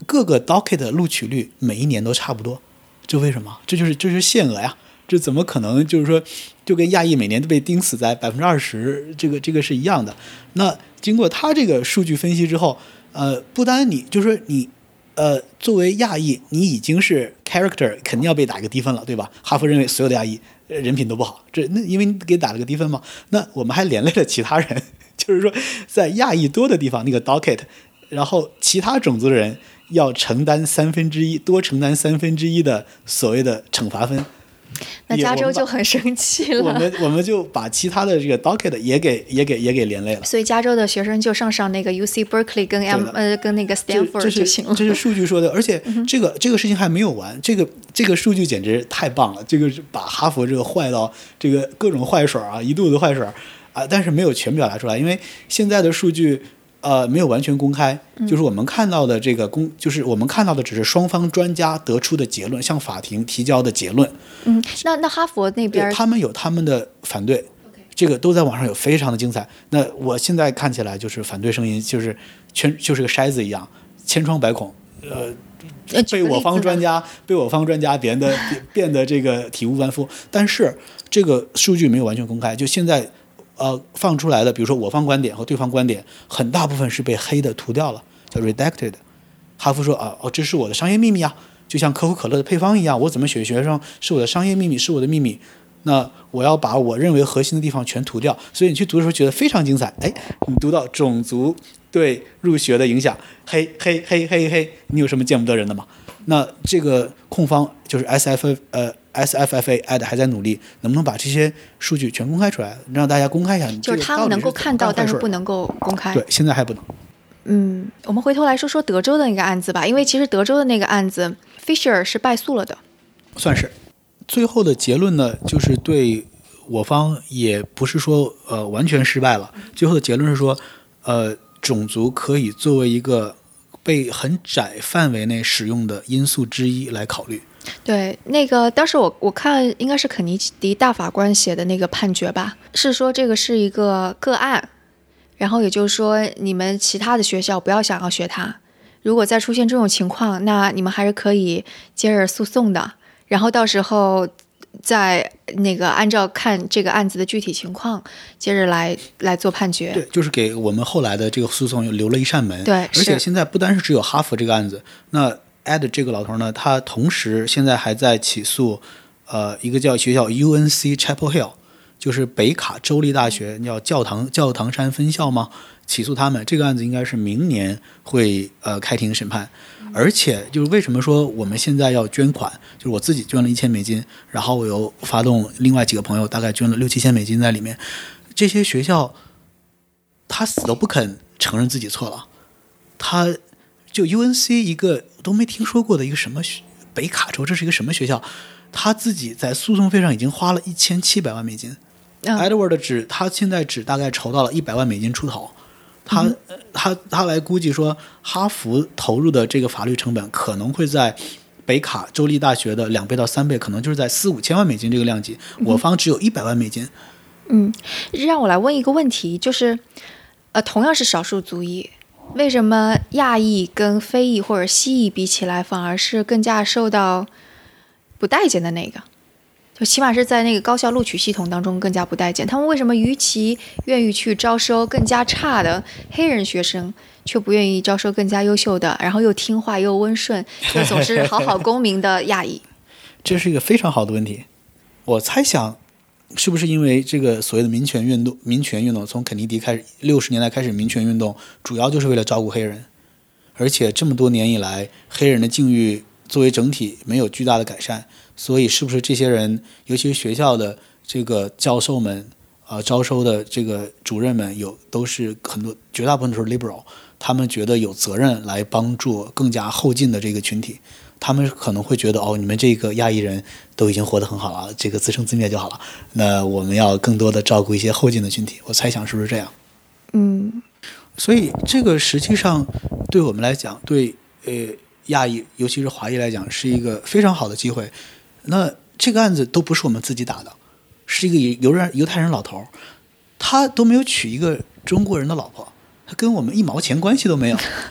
各个 docket 的录取率每一年都差不多，这为什么？这就是这就是限额呀，这怎么可能？就是说，就跟亚裔每年都被钉死在百分之二十，这个这个是一样的。那经过他这个数据分析之后，呃，不单你就是说你，呃，作为亚裔，你已经是 character 肯定要被打一个低分了，对吧？哈佛认为所有的亚裔人品都不好，这那因为你给打了个低分嘛。那我们还连累了其他人，就是说在亚裔多的地方那个 docket， 然后其他种族的人要承担三分之一，多承担三分之一的所谓的惩罚分。 那加州就很生气了， 我们我们就把其他的这个 docket 也给也给也给连累了。 所以加州的学生就上上那个 U C Berkeley 跟 M 呃跟那个 Stanford 就行了。 这是数据说的，而且这个、嗯、这个事情还没有完，这个这个数据简直太棒了，这个是把哈佛这个坏到这个各种坏水啊，一肚子坏水啊，但是没有全表达出来，因为现在的数据。呃，没有完全公开，就是我们看到的这个公，就是我们看到的只是双方专家得出的结论，向法庭提交的结论。 嗯，那那哈佛那边， 他们有他们的反对，这个都在网上有非常的精彩。那我现在看起来就是反对声音，就是全就是个筛子一样，千疮百孔。呃，被我方专家被我方专家变得变得这个体无完肤，但是这个数据没有完全公开，就现在。呃，放出来的，比如说我方观点和对方观点，很大部分是被黑的涂掉了，叫 redacted。哈佛说啊，哦，这是我的商业秘密啊，就像可口可乐的配方一样，我怎么选学生是我的商业秘密，是我的秘密。那我要把我认为核心的地方全涂掉，所以你去读的时候觉得非常精彩。哎，你读到种族对入学的影响，黑黑黑黑黑，你有什么见不得人的吗？那这个控方就是 S F 呃 S F F A A D 还在努力，能不能把这些数据全公开出来，让大家公开一下？ 就是他们能够看到，但是不能够公开。 对，现在还不能。 嗯，我们回头来说说德州的那个案子吧，因为其实德州的那个案子 ，Fisher 是败诉了的。 算是。最后的结论呢，就是对我方也不是说呃完全失败了。最后的结论是说，呃，种族可以作为一个被很窄范围内使用的因素之一来考虑。 对，那个当时我我看应该是肯尼迪大法官写的那个判决吧，是说这个是一个个案，然后也就是说你们其他的学校不要想要学它，如果再出现这种情况，那你们还是可以接着诉讼的，然后到时候再那个按照看这个案子的具体情况接着来来做判决。 对，就是给我们后来的这个诉讼留了一扇门。 对， 而且现在不单是只有哈佛这个案子，那 Ed 这个老头呢，他同时现在还在起诉，呃，一个叫学校 U N C Chapel Hill， 就是北卡州立大学叫教堂教堂山分校吗？起诉他们，这个案子应该是明年会呃开庭审判。而且就是为什么说我们现在要捐款，就是我自己捐了一千美金，然后我又发动另外几个朋友大概捐了六七千美金在里面。这些学校他死都不肯承认自己错了，他就 U N C 一个都没听说过的一个什么北卡州，这是一个什么学校，他自己在诉讼费上已经花了一千七百万美金。嗯、Edward 只他现在只大概筹到了一百万美金出头。他、嗯、他他来估计说，哈佛投入的这个法律成本可能会在北卡州立大学的两倍到三倍，可能就是在四五千万美金这个量级。嗯、我方只有一百万美金。 嗯，让我来问一个问题，就是呃，同样是少数族裔，为什么亚裔跟非裔或者西裔比起来，反而是更加受到不待见的那个？就起码是在那个高校录取系统当中更加不待见。他们为什么与其愿意去招收更加差的黑人学生，却不愿意招收更加优秀的，然后又听话又温顺又总是好好公民的亚裔？ 这是一个非常好的问题。我猜想是不是因为这个所谓的民权运动民权运动从肯尼迪开始，六十年代开始，民权运动主要就是为了照顾黑人，而且这么多年以来黑人的境遇作为整体没有巨大的改善，所以是不是这些人，尤其是学校的这个教授们啊、呃，招收的这个主任们有都是很多绝大部分都是 liberal， 他们觉得有责任来帮助更加后进的这个群体，他们可能会觉得哦，你们这个亚裔人都已经活得很好了，这个自生自灭就好了，那我们要更多的照顾一些后进的群体，我猜想是不是这样？ 嗯， 所以这个实际上对我们来讲，对呃亚裔尤其是华裔来讲是一个非常好的机会。那这个案子都不是我们自己打的，是一个犹太犹太人老头，他都没有娶一个中国人的老婆，他跟我们一毛钱关系都没有，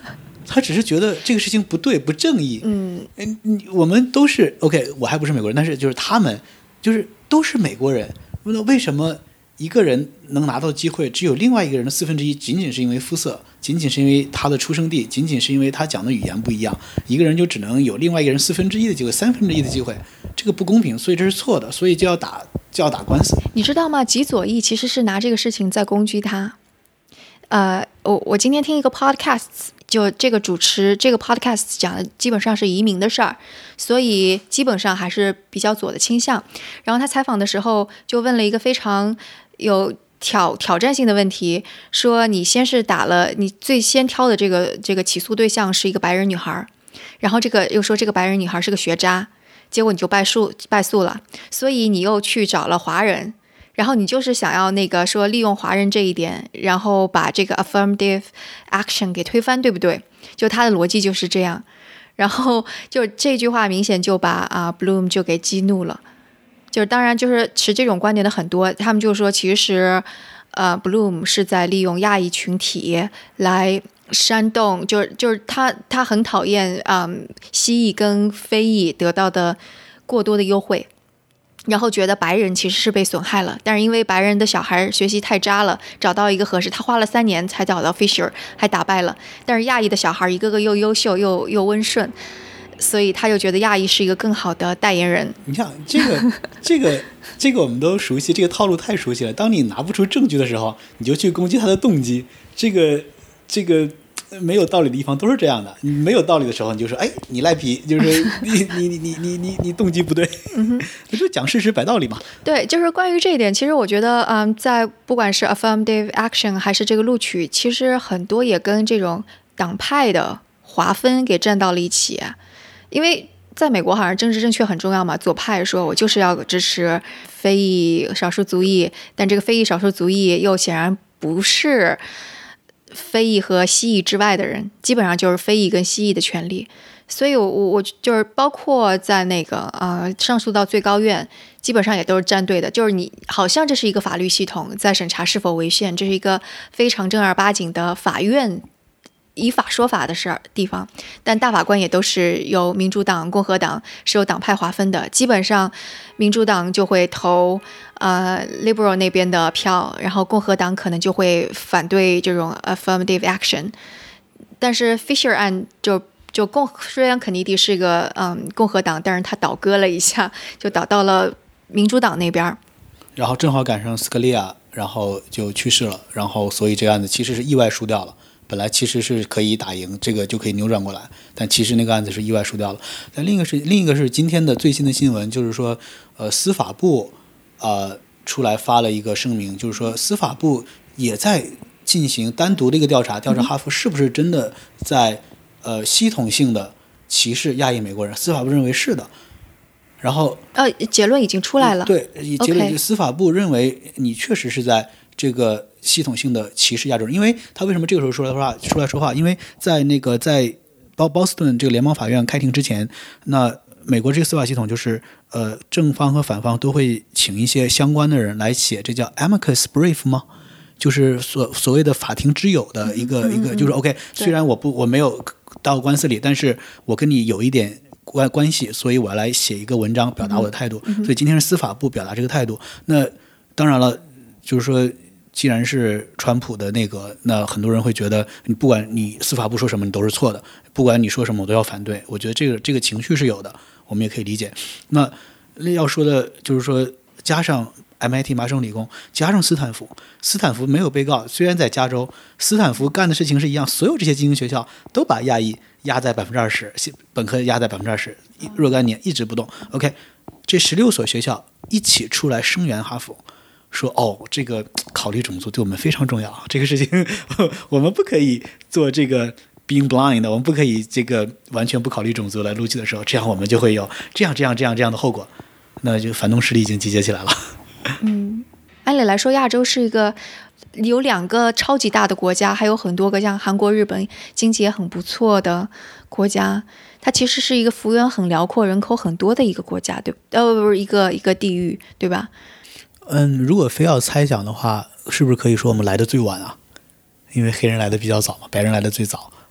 他只是觉得这个事情不对不正义。 嗯， 我们都是 OK， 我还不是美国人，但是就是他们就是都是美国人，那为什么一个人能拿到机会，只有另外一个人的四分之一，仅仅是因为肤色，仅仅是因为他的出生地，仅仅是因为他讲的语言不一样，一个人就只能有另外一个人四分之一的机会，三分之一的机会，这个不公平，所以这是错的，所以就要打就要打官司。 你知道吗？极左翼其实是拿这个事情在攻击他。呃，我我今天听一个 podcast， 就这个主持这个 podcast 讲的基本上是移民的事儿，所以基本上还是比较左的倾向。然后他采访的时候就问了一个非常有挑挑战性的问题，说你先是打了你最先挑的这个这个起诉对象是一个白人女孩，然后这个又说这个白人女孩是个学渣，结果你就败诉败诉了，所以你又去找了华人。然后你就是想要那个说利用华人这一点，然后把这个 affirmative action 给推翻，对不对？就他的逻辑就是这样。然后就这句话明显就把啊 Bloom 就给激怒了。就是当然就是持这种观点的很多，他们就说其实呃 Bloom 是在利用亚裔群体来煽动，就是就是他他很讨厌嗯西裔跟非裔得到的过多的优惠。然后觉得白人其实是被损害了，但是因为白人的小孩学习太渣了，找到一个合适，他花了三年才找到 Fisher， 还打败了。但是亚裔的小孩一个个又优秀又又温顺，所以他就觉得亚裔是一个更好的代言人。 你看这个这个这个我们都熟悉，这个套路太熟悉了。当你拿不出证据的时候，你就去攻击他的动机。这个这个。没有道理的地方都是这样的，你没有道理的时候，你就说，哎，你赖皮，就是你你你你你你你动机不对，嗯，你就讲事实摆道理嘛。 对，就是关于这一点，其实我觉得，嗯，在不管是 affirmative action 还是这个录取，其实很多也跟这种党派的划分给站到了一起，因为在美国好像政治正确很重要嘛，左派说我就是要支持非裔少数族裔，但这个非裔少数族裔又显然不是非裔和西裔之外的人，基本上就是非裔跟西裔的权利，所以我我就是包括在那个呃上诉到最高院，基本上也都是站队的，就是你好像这是一个法律系统在审查是否违宪，这是一个非常正儿八经的法院依法说法的事儿地方，但大法官也都是由民主党、共和党是由党派划分的，基本上民主党就会投呃 liberal 那边的票，然后共和党可能就会反对这种 affirmative action。但是 Fisher 案就就共虽然肯尼迪是个嗯共和党，但是他倒戈了一下，就倒到了民主党那边， 然后正好赶上斯科利亚，然后就去世了，然后所以这个案子其实是意外输掉了。本来其实是可以打赢，这个就可以扭转过来，但其实那个案子是意外输掉了。但另一个是另一个是今天的最新的新闻，就是说，呃，司法部呃出来发了一个声明，就是说司法部也在进行单独的一个调查，调查哈佛是不是真的在呃系统性的歧视亚裔美国人。司法部认为是的，然后呃结论已经出来了。 对，结论、 okay. 司法部认为你确实是在这个系统性的歧视亚洲人，因为他为什么这个时候说来说话出来说话？因为在那个在包波士顿这个联邦法院开庭之前，那美国这个司法系统就是呃正方和反方都会请一些相关的人来写，这叫 amicus brief 吗？就是所所谓的法庭之友的一个、嗯、一个，就是 OK， 虽然我不我没有到官司里，但是我跟你有一点关关系，所以我要来写一个文章表达我的态度。嗯、所以今天是司法部表达这个态度。那当然了。就是说，既然是川普的那个，那很多人会觉得，你不管你司法部说什么，你都是错的；不管你说什么，我都要反对。我觉得这个这个情绪是有的，我们也可以理解。那要说的就是说，加上 M I T 麻省理工，加上斯坦福，斯坦福没有被告，虽然在加州，斯坦福干的事情是一样，所有这些精英学校都把亚裔压在百分之二十，本科压在百分之二十，若干年一直不动。OK， 这十六所学校一起出来声援哈佛。说哦，这个考虑种族对我们非常重要，这个事情我们不可以做这个 being blind 的，我们不可以这个完全不考虑种族来录取的时候，这样我们就会有这样这样这样这样的后果，那就反动势力已经集结起来了。 嗯，按理来说，亚洲是一个有两个超级大的国家，还有很多个像韩国、日本经济也很不错的国家，它其实是一个幅员很辽阔、人口很多的一个国家，对，呃，不是一个一个地域，对吧？ 嗯，如果非要猜想的话，是不是可以说我们来的最晚啊？因为黑人来的比较早嘛，白人来的最早，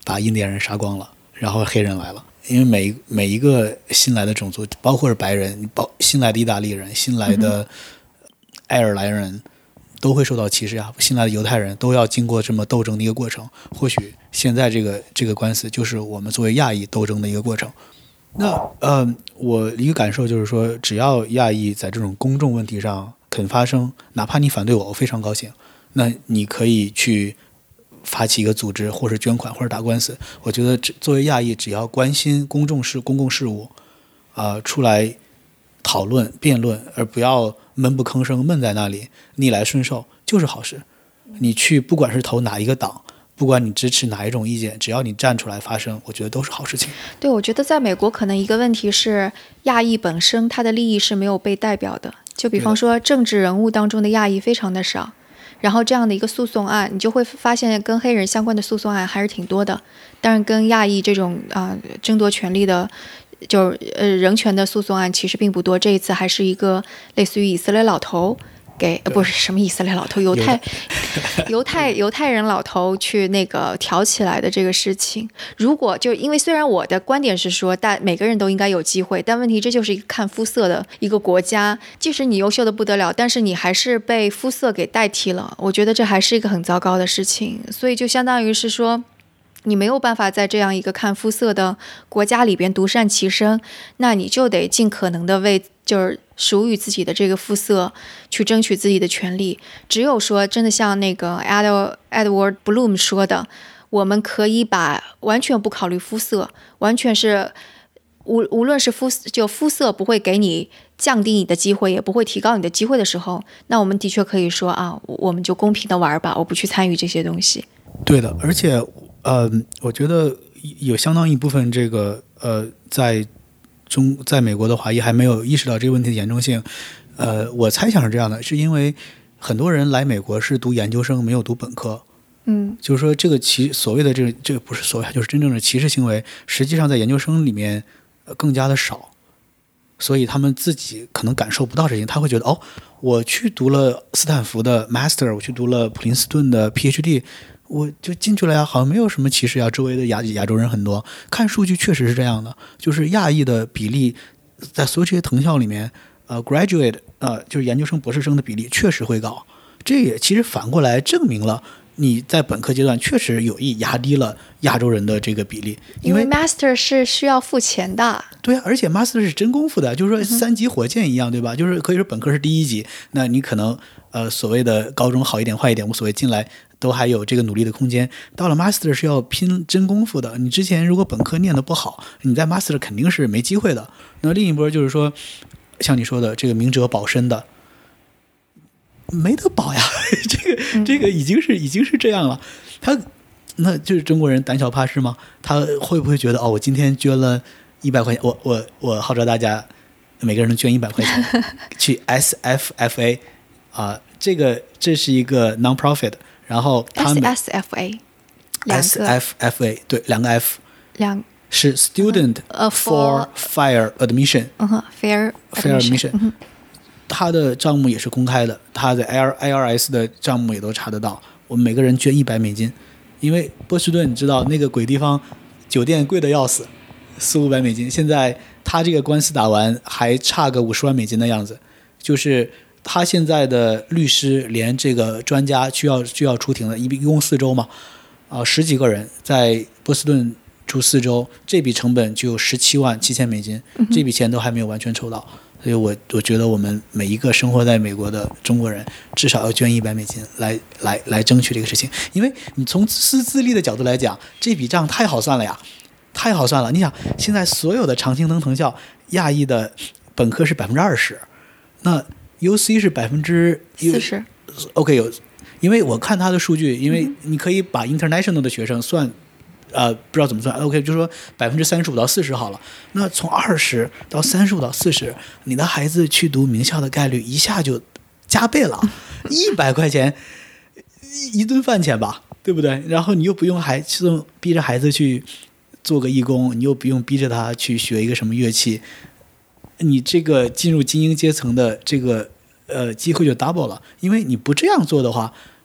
把印第安人杀光了，然后黑人来了。因为每每一个新来的种族，包括是白人，包新来的意大利人，新来的爱尔兰人，都会受到歧视啊。新来的犹太人都要经过这么斗争的一个过程。或许现在这个这个官司就是我们作为亚裔斗争的一个过程。那呃，我一个感受就是说，只要亚裔在这种公众问题上肯发声，哪怕你反对我，我非常高兴。那你可以去发起一个组织，或是捐款，或者打官司。我觉得作为亚裔，只要关心公众事、公共事务，啊、呃，出来讨论、辩论，而不要闷不吭声、闷在那里逆来顺受，就是好事。你去不管是投哪一个党，不管你支持哪一种意见，只要你站出来发声，我觉得都是好事情。 对，我觉得在美国可能一个问题是亚裔本身他的利益是没有被代表的，就比方说政治人物当中的亚裔非常的少。然后这样的一个诉讼案，你就会发现跟黑人相关的诉讼案还是挺多的，但是跟亚裔这种啊、呃、争夺权利的，就是呃人权的诉讼案其实并不多。这一次还是一个类似于以色列老头给呃不是什么以色列老头，犹太犹太犹太人老头去那个挑起来的这个事情。如果就因为虽然我的观点是说，但每个人都应该有机会，但问题这就是一个看肤色的一个国家，即使你优秀的不得了，但是你还是被肤色给代替了。我觉得这还是一个很糟糕的事情，所以就相当于是说，你没有办法在这样一个看肤色的国家里边独善其身，那你就得尽可能的为就是属于自己的这个肤色去争取自己的权利。只有说真的像那个 Edward Bloom 说的，我们可以把完全不考虑肤色，完全是无无论是肤就肤色不会给你降低你的机会，也不会提高你的机会的时候，那我们的确可以说啊，我们就公平的玩吧，我不去参与这些东西。 对的，而且呃，我觉得有相当一部分这个呃，在中在美国的华裔还没有意识到这个问题的严重性。呃，我猜想是这样的，是因为很多人来美国是读研究生，没有读本科。 嗯， 就是说这个歧所谓的这个这个不是所谓，就是真正的歧视行为，实际上在研究生里面、呃、更加的少，所以他们自己可能感受不到这些，他会觉得哦，我去读了斯坦福的 Master， 我去读了普林斯顿的 P H D。我就进去了呀，好像没有什么歧视啊。周围的亚亚洲人很多，看数据确实是这样的，就是亚裔的比例在所有这些藤校里面，呃 ，graduate 呃就是研究生、博士生的比例确实会高。这也其实反过来证明了你在本科阶段确实有意压低了亚洲人的这个比例，因为 Master 是需要付钱的。 对啊，而且 Master 是真功夫的，就是说三级火箭一样，对吧？就是可以说本科是第一级，那你可能呃所谓的高中好一点坏一点无所谓，进来都还有这个努力的空间。到了 Master 是要拼真功夫的，你之前如果本科念得不好，你在 Master 肯定是没机会的。那另一波就是说，像你说的这个明哲保身的，没得保呀，这个这个已经是已经是这样了。他那就是中国人胆小怕事吗？他会不会觉得哦，我今天捐了一百块钱，我我我号召大家每个人捐一百块钱去 S F F A 啊、呃，这个这是一个 non-profit。然后他们 S F A， S F F A 对，两个 F， 两是 Student for Fair Admission， 嗯哼 ，Fair Fair Admission， 他的账目也是公开的，他的 I R S 的账目也都查得到。我们每个人捐一百美金，因为波士顿你知道那个鬼地方，酒店贵的要死，四五百美金。现在他这个官司打完还差个五十万美金的样子，就是。他现在的律师连这个专家需要需要出庭的，一共四周嘛，啊、呃，十几个人在波士顿住四周，这笔成本就有十七万七千美金，这笔钱都还没有完全抽到，所以我我觉得我们每一个生活在美国的中国人至少要捐一百美金来来来争取这个事情，因为你从私自立的角度来讲，这笔账太好算了呀，太好算了。你想现在所有的常青藤藤校亚裔的本科是百分之二十，那U C 是百分之四十 ，OK 有，因为我看他的数据，因为你可以把 international 的学生算，呃，不知道怎么算 ，OK 就是说百分之三十五到四十好了。那从二十到三十五到四十，你的孩子去读名校的概率一下就加倍了，一百块钱一顿饭钱吧，对不对？然后你又不用孩子逼着孩子去做个义工，你又不用逼着他去学一个什么乐器。你这个进入精英阶层的这个呃机会就 double 了，因为你不这样做的话，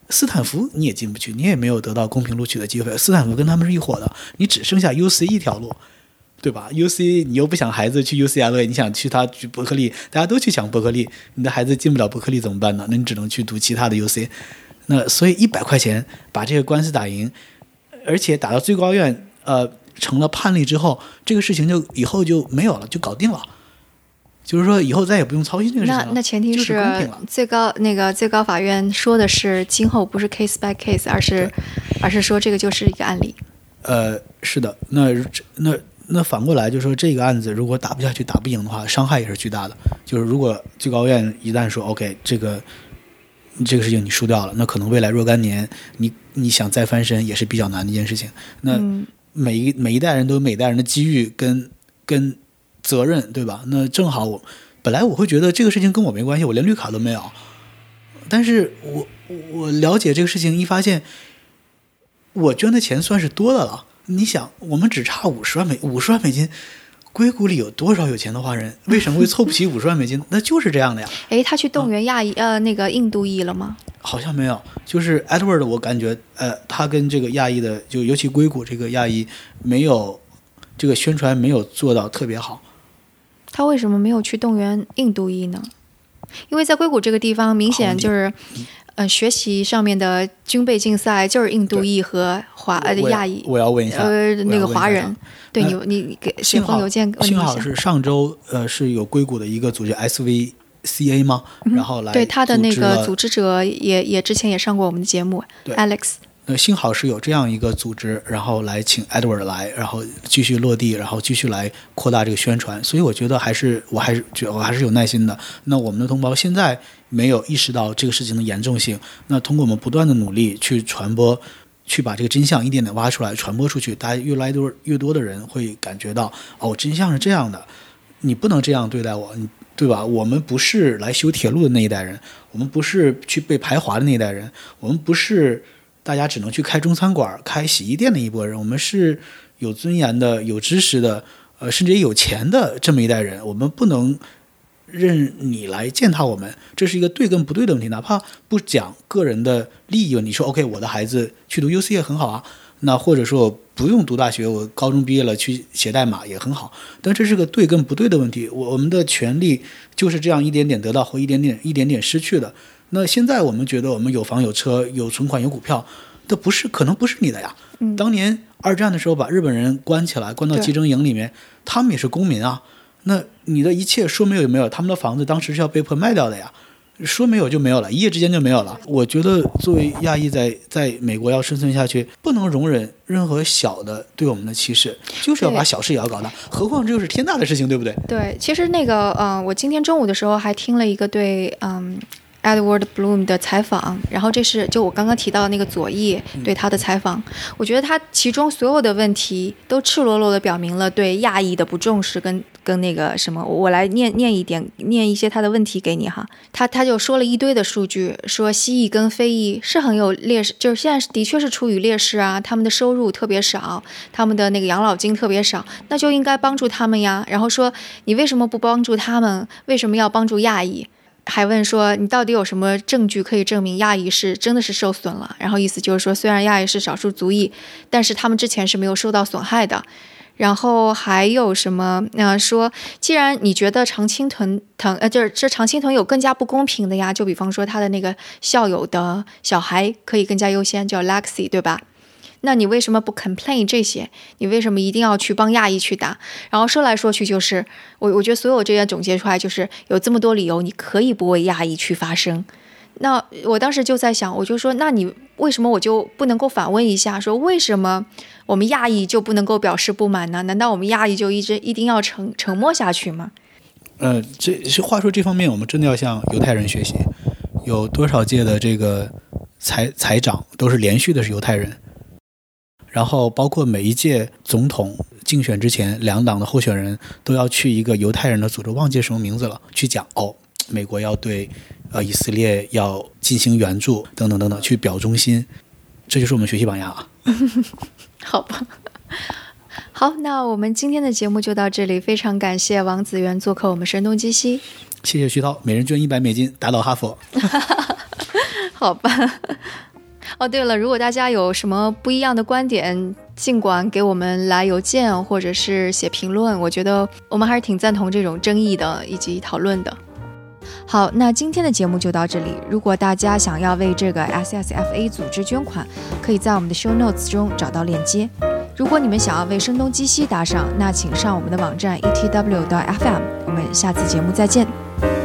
斯坦福你也进不去，你也没有得到公平录取的机会。斯坦福跟他们是一伙的，你只剩下 U C 一条路，对吧 ？U C 你又不想孩子去 U C L A， 你想去他去伯克利，大家都去抢伯克利，你的孩子进不了伯克利怎么办呢？那你只能去读其他的 U C。那所以一百块钱把这个官司打赢，而且打到最高院，呃，成了判例之后，这个事情就以后就没有了，就搞定了。就是说以后再也不用操心这个事情了。 那那前提是、 就是公平了最高那个最高法院说的是今后不是 case by case， 而是而是说这个就是一个案例。 呃，是的，那那那反过来就是说，这个案子如果打不下去、打不赢的话，伤害也是巨大的。就是如果最高院一旦说 OK， 这个这个事情你输掉了，那可能未来若干年你你想再翻身也是比较难的一件事情。那每一每一代人都有每一代人的机遇跟跟责任，对吧？那正好我本来我会觉得这个事情跟我没关系，我连绿卡都没有。但是我我了解这个事情，一发现我捐的钱算是多的了。你想，我们只差五十万美五十万美金，硅谷里有多少有钱的华人？为什么会凑不齐五十万美金？那就是这样的呀。 哎，他去动员亚裔、嗯、呃那个印度裔了吗？ 好像没有，就是 Edward， 我感觉呃，他跟这个亚裔的，就尤其硅谷这个亚裔，没有这个宣传没有做到特别好。 他为什么没有去动员印度裔呢？因为在硅谷这个地方，明显就是，呃，学习上面的军备竞赛就是印度裔和华呃亚裔。 我要问一下， 呃，那个华人，对你你你给写封邮件问一下。 幸好是上周呃是有硅谷的一个组织 S V C A 吗？ 嗯、 然后来对他的那个组织者也也之前也上过我们的节目 ，Alex。 呃，幸好是有这样一个组织，然后来请 Edward 来，然后继续落地，然后继续来扩大这个宣传。所以我觉得还是，我还是觉得我还是有耐心的。那我们的同胞现在没有意识到这个事情的严重性，那通过我们不断的努力去传播，去把这个真相一点点挖出来，传播出去，大家越来越多越多的人会感觉到，哦，真相是这样的，你不能这样对待我，你对吧？我们不是来修铁路的那一代人，我们不是去被排华的那一代人，我们不是大家只能去开中餐馆、开洗衣店的一拨人，我们是有尊严的、有知识的，呃，甚至也有钱的这么一代人。我们不能任你来践踏我们，这是一个对跟不对的问题。哪怕不讲个人的利益，你说 OK， 我的孩子去读 U C 也很好啊，那或者说我不用读大学，我高中毕业了去写代码也很好。但这是个对跟不对的问题，我我们的权利就是这样一点点得到和一点点一点点失去的。那现在我们觉得我们有房有车有存款有股票，这不是可能不是你的呀。 嗯、 当年二战的时候把日本人关起来，关到集中营里面，他们也是公民啊。那你的一切说没有就没有，他们的房子当时是要被迫卖掉的呀，说没有就没有了，一夜之间就没有了。我觉得作为亚裔在在美国要生存下去，不能容忍任何小的对我们的歧视，就是要把小事也要搞大，何况这就是天大的事情，对不对？ 对，其实那个嗯、呃，我今天中午的时候还听了一个对嗯。Edward Bloom 的采访，然后这是就我刚刚提到的那个左翼对他的采访、嗯、我觉得他其中所有的问题都赤裸裸的表明了对亚裔的不重视跟跟那个什么，我来念念一点念一些他的问题给你哈。他他就说了一堆的数据，说西裔跟非裔是很有劣势，就是现在的确是处于劣势啊，他们的收入特别少，他们的那个养老金特别少，那就应该帮助他们呀。然后说你为什么不帮助他们，为什么要帮助亚裔？还问说你到底有什么证据可以证明亚裔是真的是受损了？然后意思就是说，虽然亚裔是少数族裔，但是他们之前是没有受到损害的。然后还有什么？呃，说既然你觉得常青藤藤呃，就是这常青藤有更加不公平的呀，就比方说他的那个校友的小孩可以更加优先，叫 Lexi， 对吧？那你为什么不 complain 这些？你为什么一定要去帮亚裔去打？然后说来说去就是，我我觉得所有这些总结出来就是有这么多理由，你可以不为亚裔去发声。那我当时就在想，我就说，那你为什么我就不能够反问一下，说为什么我们亚裔就不能够表示不满呢？难道我们亚裔就一直一定要沉沉默下去吗？ 呃，这话说这方面，我们真的要向犹太人学习。有多少届的这个财财长都是连续的是犹太人。然后包括每一届总统竞选之前，两党的候选人都要去一个犹太人的组织，忘记什么名字了，去讲哦，美国要对呃以色列要进行援助等等等等，去表忠心，这就是我们学习榜样啊。 好吧，好，那我们今天的节目就到这里，非常感谢王子源做客我们声东击西。 谢谢徐涛，每人捐一百美金打倒哈佛。 好吧。 哦，对了，如果大家有什么不一样的观点，尽管给我们来邮件或者是写评论，我觉得我们还是挺赞同这种争议的以及讨论的。 好，那今天的节目就到这里。如果大家想要为这个 S S F A 组织捐款，可以在我们的 show notes 中找到链接。如果你们想要为声东击西打赏，那请上我们的网站 E T W 到 F M。我们下次节目再见。